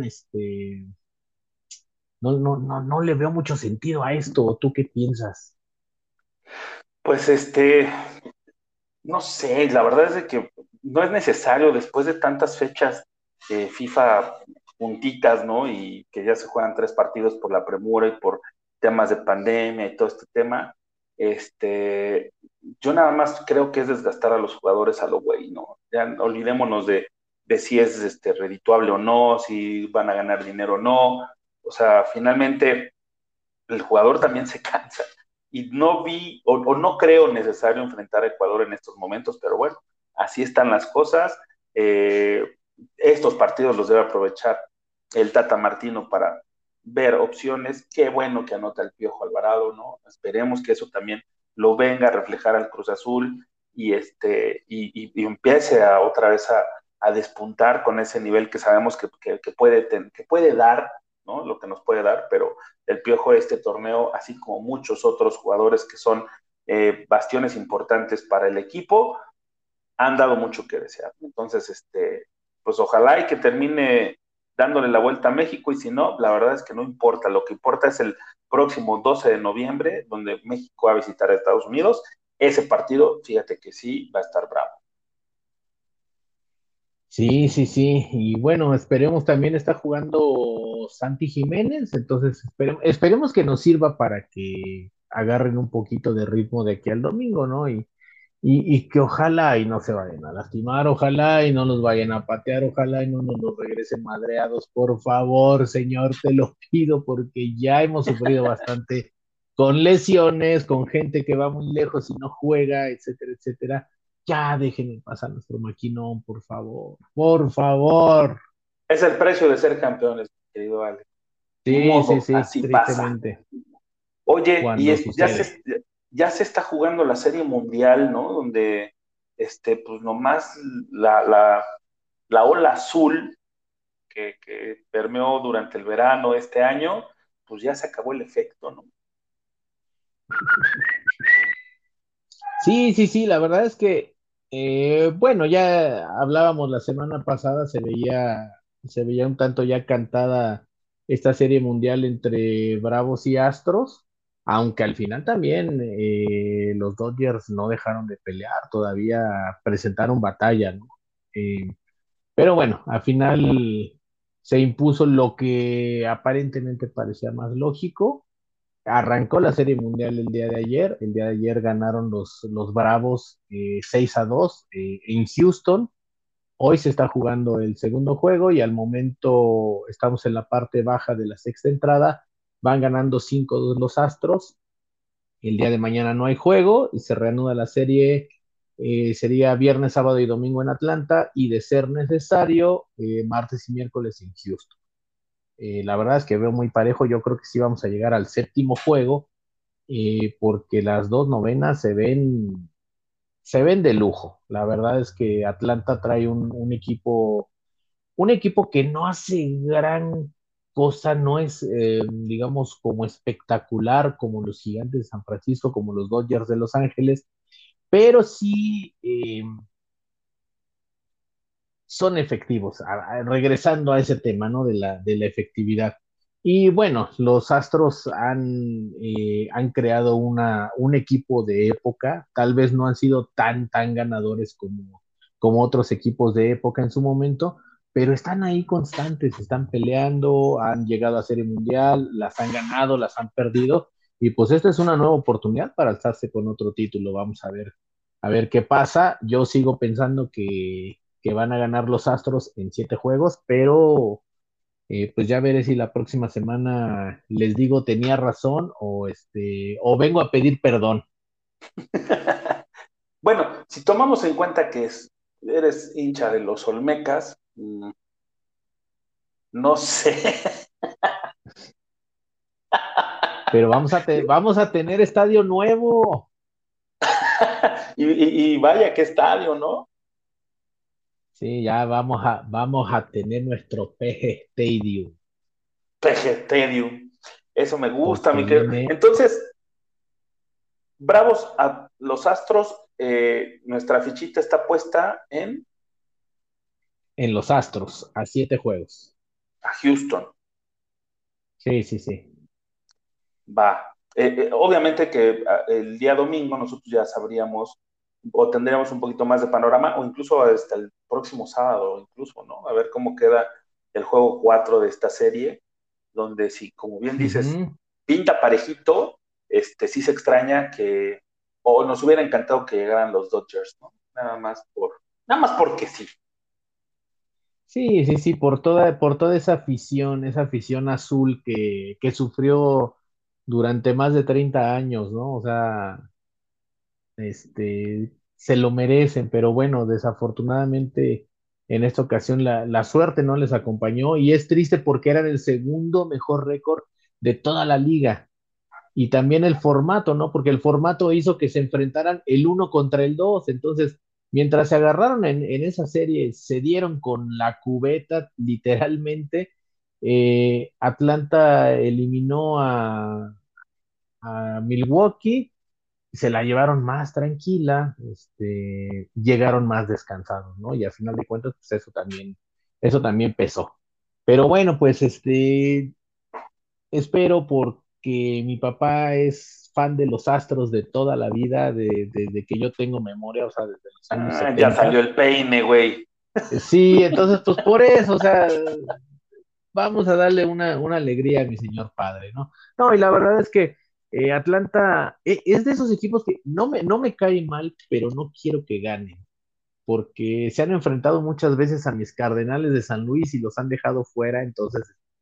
no le veo mucho sentido a esto. ¿Tú qué piensas? Pues no sé, la verdad es de que no es necesario después de tantas fechas FIFA puntitas, ¿no? Y que ya se juegan 3 partidos por la premura y por temas de pandemia y todo este tema. Este, yo nada más creo que es desgastar a los jugadores a lo güey, ¿no? Ya olvidémonos de si es redituable o no, si van a ganar dinero o no. O sea, finalmente el jugador también se cansa. Y no vi o no creo necesario enfrentar a Ecuador en estos momentos, pero bueno, así están las cosas. Eh, Estos partidos los debe aprovechar el Tata Martino para ver opciones. Qué bueno que anota el Piojo Alvarado, ¿no? Esperemos que eso también lo venga a reflejar al Cruz Azul y empiece otra vez a despuntar con ese nivel que sabemos que puede dar, ¿no? Lo que nos puede dar, pero el Piojo este torneo, así como muchos otros jugadores que son bastiones importantes para el equipo, han dado mucho que desear. Entonces, pues ojalá y que termine dándole la vuelta a México y si no, la verdad es que no importa. Lo que importa es el próximo 12 de noviembre, donde México va a visitar a Estados Unidos. Ese partido, fíjate que sí, va a estar bravo. Sí, sí, sí. Y bueno, esperemos también está jugando Santi Jiménez, entonces esperemos que nos sirva para que agarren un poquito de ritmo de aquí al domingo, ¿no? Y que ojalá y no se vayan a lastimar, ojalá y no nos vayan a patear, ojalá y no nos los regresen madreados, por favor, señor, te lo pido, porque ya hemos sufrido bastante con lesiones, con gente que va muy lejos y no juega, etcétera, etcétera. Ya déjenme pasar nuestro maquinón, por favor, por favor. Es el precio de ser campeones, querido Ale. Ni Sí, sí, modo, sí, así pasa. tristemente, Oye, cuando sucede. ya se está jugando la Serie Mundial, ¿no? Donde, pues nomás la ola azul que permeó durante el verano este año, pues ya se acabó el efecto, ¿no? Sí, sí, sí, la verdad es que, bueno, ya hablábamos la semana pasada, se veía un tanto ya cantada esta serie mundial entre Bravos y Astros, aunque al final también los Dodgers no dejaron de pelear, todavía presentaron batalla, ¿no? Eh, pero bueno, al final se impuso lo que aparentemente parecía más lógico. Arrancó la Serie Mundial el día de ayer. El día de ayer ganaron los Bravos 6-2 en Houston. Hoy se está jugando el segundo juego y al momento estamos en la parte baja de la sexta entrada. Van ganando 5-2 los Astros. El día de mañana no hay juego y se reanuda la serie. Sería viernes, sábado y domingo en Atlanta y de ser necesario, martes y miércoles en Houston. La verdad es que veo muy parejo. Yo creo que sí vamos a llegar al séptimo juego porque las dos novenas se ven de lujo. La verdad es que Atlanta trae un equipo que no hace gran cosa, no es, digamos, como espectacular como los Gigantes de San Francisco, como los Dodgers de Los Ángeles, pero sí son efectivos, regresando a ese tema, ¿no? De la efectividad. Y bueno, los Astros han creado un equipo de época, tal vez no han sido tan ganadores como otros equipos de época en su momento, pero están ahí constantes, están peleando, han llegado a Serie Mundial, las han ganado, las han perdido, y pues esta es una nueva oportunidad para alzarse con otro título. Vamos a ver qué pasa. Yo sigo pensando que van a ganar los Astros en 7 juegos, pero pues ya veré si la próxima semana les digo tenía razón o vengo a pedir perdón. Bueno, si tomamos en cuenta que eres hincha de los Olmecas, no sé. Pero vamos a tener estadio nuevo. Y vaya qué estadio, ¿no? Sí, ya vamos a tener nuestro PG Stadium, PG Stadium. Eso me gusta, porque mi querido. viene Entonces, bravos a los Astros, nuestra fichita está puesta en los Astros a 7 juegos. a Houston. Sí, sí, sí. Va. Obviamente que el día domingo nosotros ya sabríamos o tendríamos un poquito más de panorama o incluso hasta el próximo sábado, incluso, ¿no? A ver cómo queda el juego 4 de esta serie, donde si, como bien dices, Ujú. pinta parejito, sí se extraña o nos hubiera encantado que llegaran los Dodgers, ¿no? Nada más porque sí. Sí, sí, sí, por toda esa afición azul que sufrió durante más de 30 años, ¿no? O sea, se lo merecen, pero bueno, desafortunadamente en esta ocasión la suerte no les acompañó y es triste porque eran el segundo mejor récord de toda la liga. Y también el formato, ¿no? Porque el formato hizo que se enfrentaran el uno contra el dos. Entonces, mientras se agarraron en esa serie, se dieron con la cubeta, literalmente. Atlanta eliminó a Milwaukee, se la llevaron más tranquila, llegaron más descansados, ¿no? Y al final de cuentas, pues eso también pesó. Pero bueno, pues espero porque mi papá es fan de los Astros de toda la vida, desde que yo tengo memoria, o sea, desde los años Ah, ya 70. salió el peine, güey. Sí, entonces, pues por eso, o sea, vamos a darle una alegría a mi señor padre, ¿no? No, y la verdad es que Atlanta es de esos equipos que no me cae mal, pero no quiero que ganen, porque se han enfrentado muchas veces a mis Cardenales de San Luis y los han dejado fuera, entonces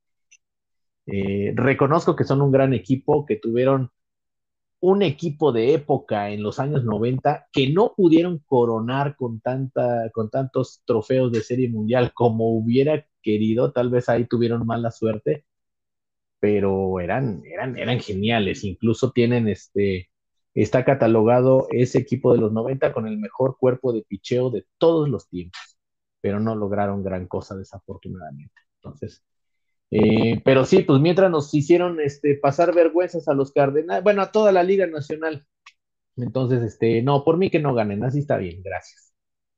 reconozco que son un gran equipo, que tuvieron un equipo de época en los años 90 que no pudieron coronar con tantos trofeos de Serie Mundial como hubiera querido, tal vez ahí tuvieron mala suerte, pero eran geniales, incluso tienen está catalogado ese equipo de los 90 con el mejor cuerpo de picheo de todos los tiempos, pero no lograron gran cosa desafortunadamente. Entonces, pero sí, pues mientras nos hicieron pasar vergüenzas a los Cardenales, bueno, a toda la Liga Nacional. Entonces, no, por mí que no ganen, así está bien, gracias.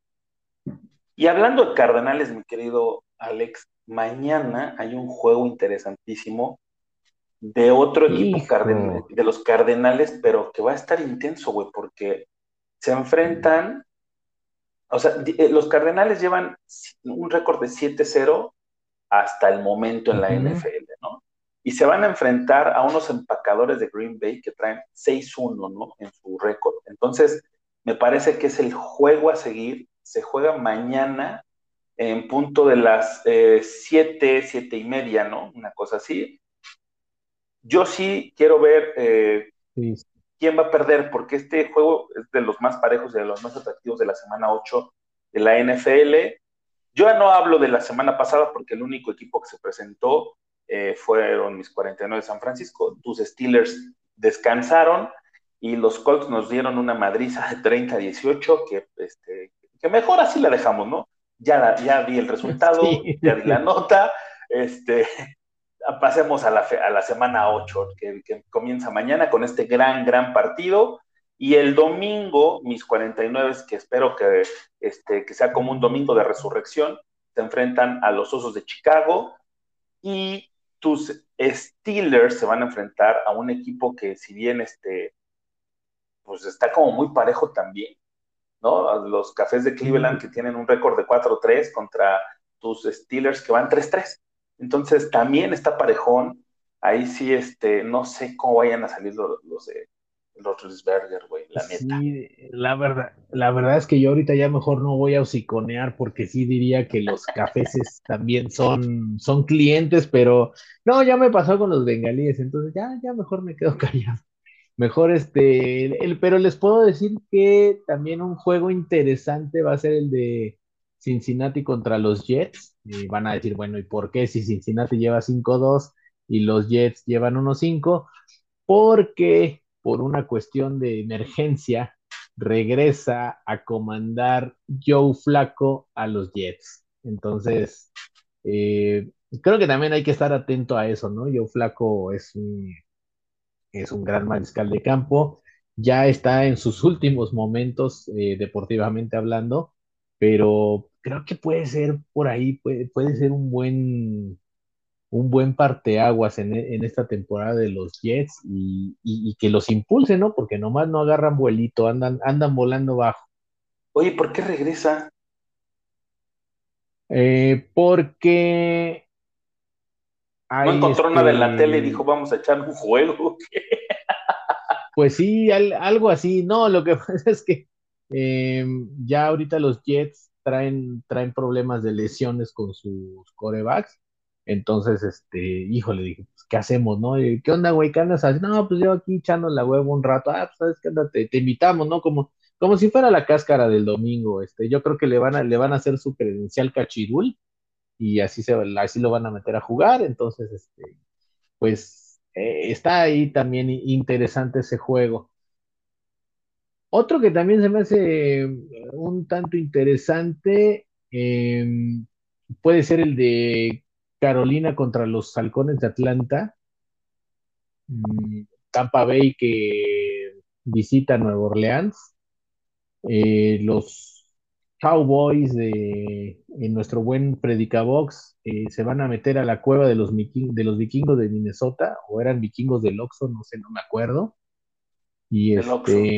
Y hablando de Cardenales, mi querido Alex, mañana hay un juego interesantísimo de otro equipo Hijo, de los Cardenales, pero que va a estar intenso, güey, porque se enfrentan, o sea, los Cardenales llevan un récord de 7-0 hasta el momento en la ujú, NFL, ¿no? Y se van a enfrentar a unos empacadores de Green Bay que traen 6-1, ¿no? En su récord. Entonces, me parece que es el juego a seguir. Se juega mañana en punto de las 7:30, ¿no? Una cosa así. Yo sí quiero ver sí, quién va a perder, porque este juego es de los más parejos y de los más atractivos de la semana 8 de la NFL. Yo ya no hablo de la semana pasada porque el único equipo que se presentó fueron mis 49 de San Francisco. Tus Steelers descansaron y los Colts nos dieron una madriza de 30-18 que mejor así la dejamos, ¿no? Ya di el resultado, sí, ya di la sí. nota, este, pasemos a la semana 8, que comienza mañana con este gran partido. Y el domingo, mis 49, que espero que sea como un domingo de resurrección, se enfrentan a los Osos de Chicago y tus Steelers se van a enfrentar a un equipo que si bien pues está como muy parejo también, ¿no? Los Cafés de Cleveland que tienen un récord de 4-3 contra tus Steelers que van 3-3. Entonces también está parejón. Ahí sí, no sé cómo vayan a salir los Roethlisberger, güey, la neta. Sí, la verdad es que yo ahorita ya mejor no voy a hociconear porque sí diría que los cafeses también son clientes, pero no, ya me pasó con los bengalíes, entonces ya mejor me quedo callado. Mejor pero les puedo decir que también un juego interesante va a ser el de Cincinnati contra los Jets. Van a decir, bueno, ¿y por qué si Cincinnati lleva 5-2 y los Jets llevan 1-5? Porque por una cuestión de emergencia regresa a comandar Joe Flacco a los Jets. Entonces, creo que también hay que estar atento a eso, ¿no? Joe Flacco es un gran mariscal de campo, ya está en sus últimos momentos deportivamente hablando, pero creo que puede ser por ahí, puede ser un buen parteaguas en esta temporada de los Jets y que los impulse, ¿no? Porque nomás no agarran vuelito, andan volando bajo. Oye, ¿por qué regresa? Porque No hay encontró nada en la tele y dijo, vamos a echar un juego. pues sí, algo así. No, lo que pasa es que ya ahorita los Jets traen problemas de lesiones con sus corebacks. Entonces, híjole, dije, pues, ¿qué hacemos, no? ¿Qué onda, güey? ¿Qué andas haciendo? No, pues yo aquí echando la huevo un rato. Ah, pues sabes qué onda, te invitamos, ¿no? Como si fuera la cáscara del domingo. Yo creo que le van a hacer su credencial cachirul y así lo van a meter a jugar. Entonces, pues está ahí también interesante ese juego. Otro que también se me hace un tanto interesante puede ser el de Carolina contra los Halcones de Atlanta. Tampa Bay que visita Nueva Orleans. Los Cowboys en nuestro buen Predicabox se van a meter a la cueva de los vikingos de Minnesota, o eran vikingos del Oxxo, no sé, no me acuerdo. Y El Oxxo.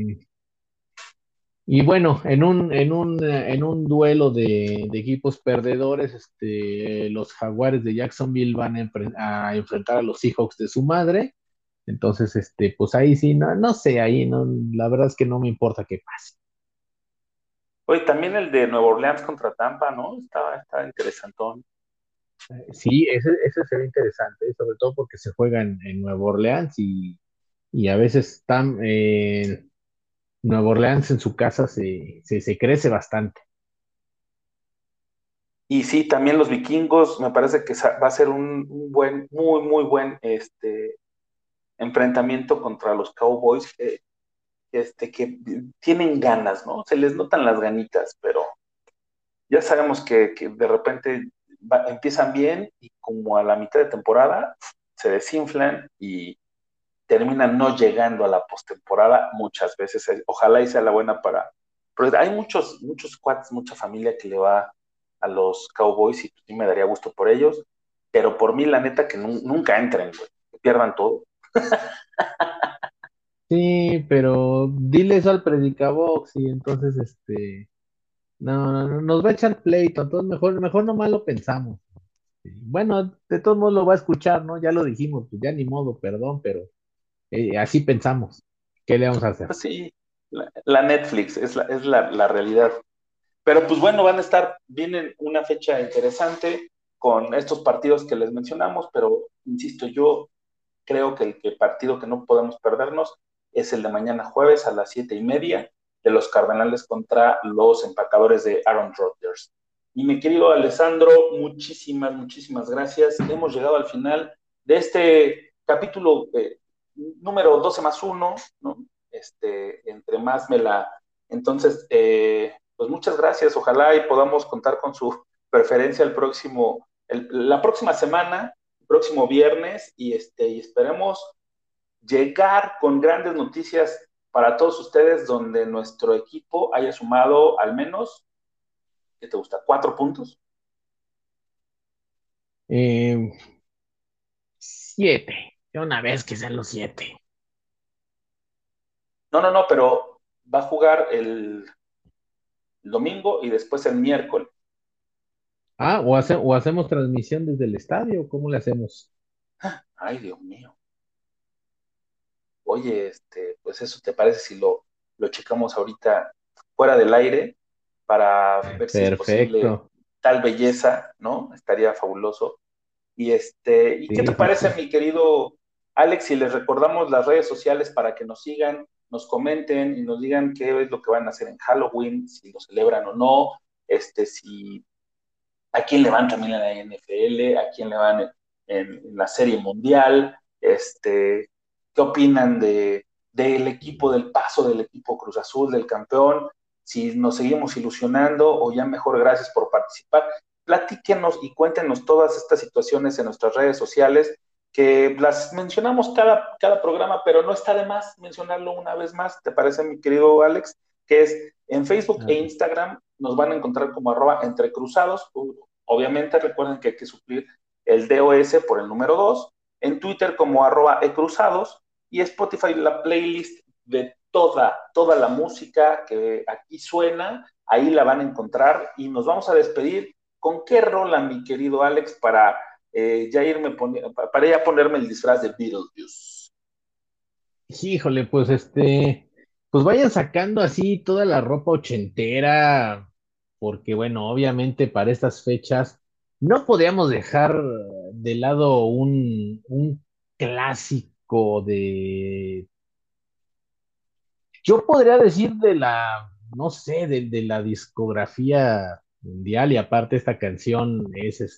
Y bueno, en un duelo de equipos perdedores, los Jaguares de Jacksonville van a enfrentar a los Seahawks de su madre. Entonces, pues ahí sí, no sé, ahí no, la verdad es que no me importa qué pase. Oye, también el de Nueva Orleans contra Tampa, ¿no? Está interesantón. Sí, ese se ve interesante, sobre todo porque se juega en Nueva Orleans y a veces Nueva Orleans en su casa se crece bastante. Y sí, también los vikingos, me parece que va a ser un buen, muy buen enfrentamiento contra los Cowboys que tienen ganas, ¿no? Se les notan las ganitas, pero ya sabemos que de repente empiezan bien y como a la mitad de temporada se desinflan y terminan no llegando a la postemporada muchas veces. Ojalá y sea la buena para. Pero hay muchos cuates, mucha familia que le va a los Cowboys y sí me daría gusto por ellos, pero por mí la neta que nunca entren, güey, que pierdan todo. Sí, pero dile eso al Predicabox y entonces, no, nos va a echar pleito, entonces mejor nomás lo pensamos. Bueno, de todos modos lo va a escuchar, ¿no? Ya lo dijimos, pues ya ni modo, perdón, pero así pensamos. ¿Qué le vamos a hacer? Pues sí, la Netflix es la realidad. Pero pues bueno, vienen una fecha interesante con estos partidos que les mencionamos, pero insisto, yo creo que el partido que no podemos perdernos es el de mañana jueves a las 7:30 de los Cardenales contra los empacadores de Aaron Rodgers. Y mi querido Alessandro, muchísimas gracias. Hemos llegado al final de este capítulo número 12+1, ¿no? Entre más me la... Entonces, pues muchas gracias. Ojalá y podamos contar con su preferencia la próxima semana próximo viernes y esperemos llegar con grandes noticias para todos ustedes, donde nuestro equipo haya sumado al menos, ¿qué te gusta? 4 puntos. 7. De una vez que sean los 7. No, pero va a jugar el domingo y después el miércoles. O hacemos transmisión desde el estadio. ¿Cómo le hacemos? Ay, Dios mío. Oye, pues eso, ¿te parece si lo checamos ahorita fuera del aire para ver si es posible Perfecto. tal belleza, ¿no? Estaría fabuloso. ¿Y qué Sí, te sí, parece, sí. mi querido Alex, si les recordamos las redes sociales para que nos sigan, nos comenten y nos digan qué es lo que van a hacer en Halloween, si lo celebran o no, si a quién le van también en la NFL, a quién le van en la Serie Mundial, qué opinan del equipo del Paso, del equipo Cruz Azul, del campeón, si nos seguimos ilusionando o ya mejor gracias por participar. Platíquenos y cuéntenos todas estas situaciones en nuestras redes sociales, que las mencionamos cada programa, pero no está de más mencionarlo una vez más, ¿te parece, mi querido Alex? Que es en Facebook e Ah, Instagram, nos van a encontrar como @entrecruzados. Obviamente recuerden que hay que suplir el DOS por el número 2, en Twitter como @ecruzados, y Spotify la playlist de toda la música que aquí suena, ahí la van a encontrar, y nos vamos a despedir. ¿Con qué rola, mi querido Alex, para para ya ponerme el disfraz de Beetlejuice? híjole, pues vayan sacando así toda la ropa ochentera, porque bueno, obviamente para estas fechas no podíamos dejar de lado un clásico yo podría decir no sé, de la discografía mundial, y aparte esta canción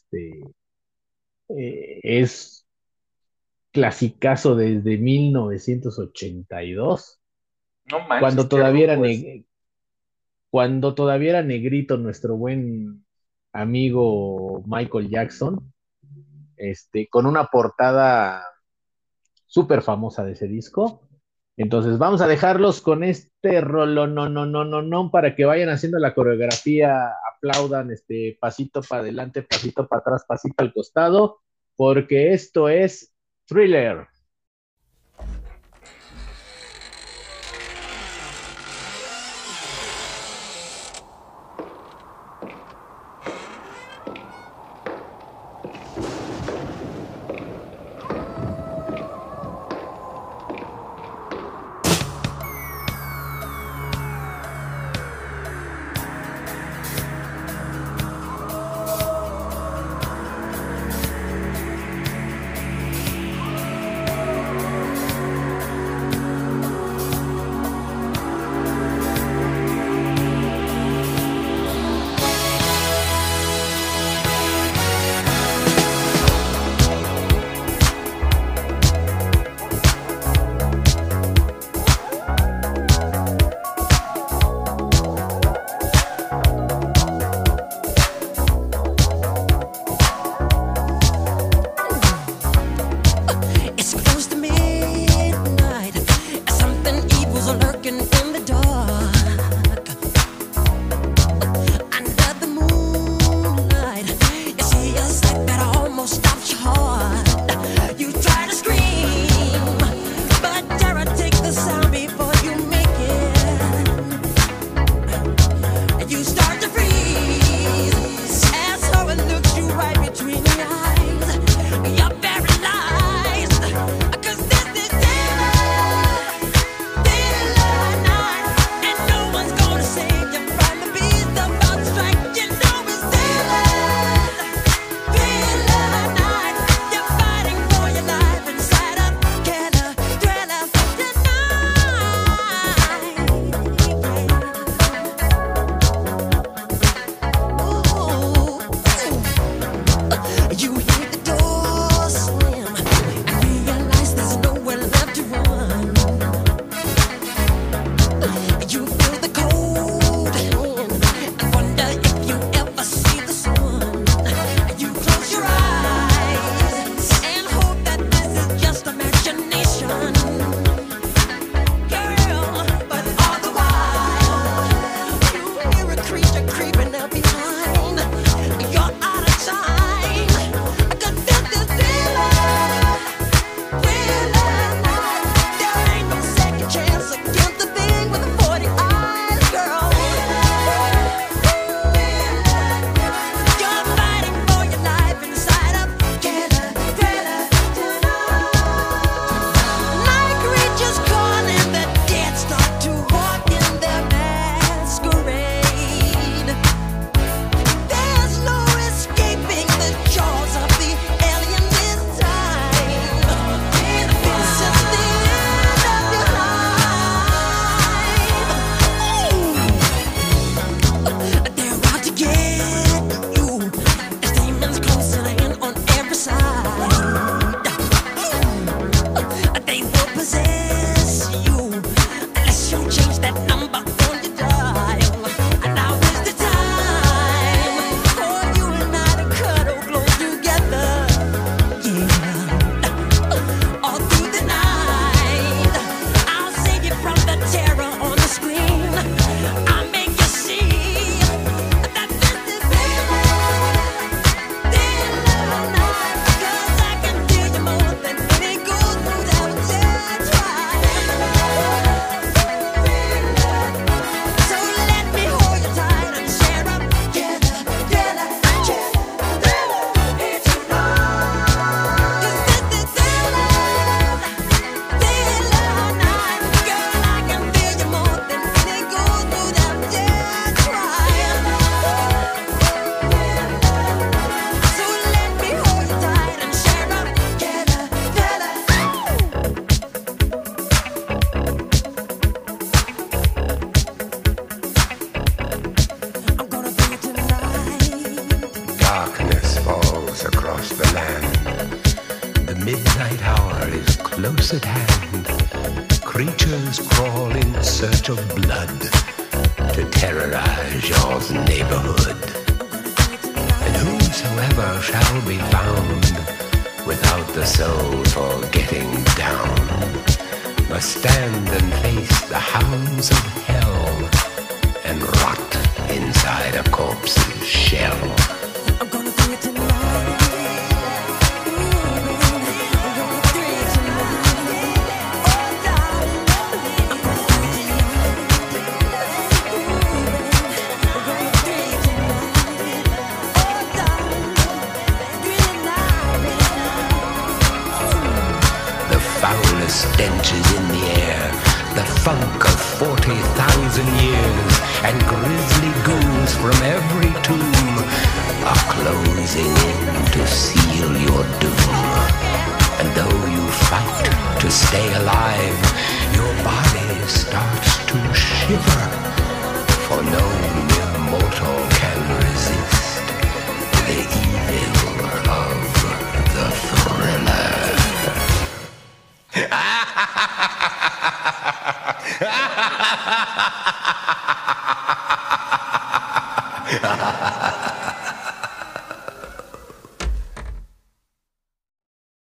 es clasicazo desde 1982, No manches, cuando qué todavía era, ruco es. cuando todavía era negrito nuestro buen amigo Michael Jackson, con una portada súper famosa de ese disco. Entonces vamos a dejarlos con este rolo, no, para que vayan haciendo la coreografía, aplaudan pasito para adelante, pasito para atrás, pasito al costado, porque esto es Thriller. It's close to midnight. Something evil's lurking in the dark. Under the moonlight, you see a sight that almost stops your heart. You try to scream, but terror takes the sound before you make it. You start to freeze as horror looks you right between the eyes. You're paralyzed, 'cause this is Thriller night, and no one's gonna save you from the beast about to strike. You know it's Thriller night. You're fighting for your life inside a killer thriller tonight. You hear the door slam and realize there's nowhere left to run. You feel the cold hand and wonder if you ever see the sun. You close your eyes across the land. The midnight hour is close at hand. Creatures crawl in search of blood to terrorize your neighborhood. And whosoever shall be found without the soul for getting down must stand and face the hounds of hell and rot inside a corpse's shell. I'm gonna bring it to life. The foulest stench is in the air, the funk of 40,000 years, and grisly ghouls from every tomb are closing in to seal your doom. And though you fight to stay alive, your body starts to shiver, for no mere mortal can resist the evil of the thriller. Ha ha ha ha!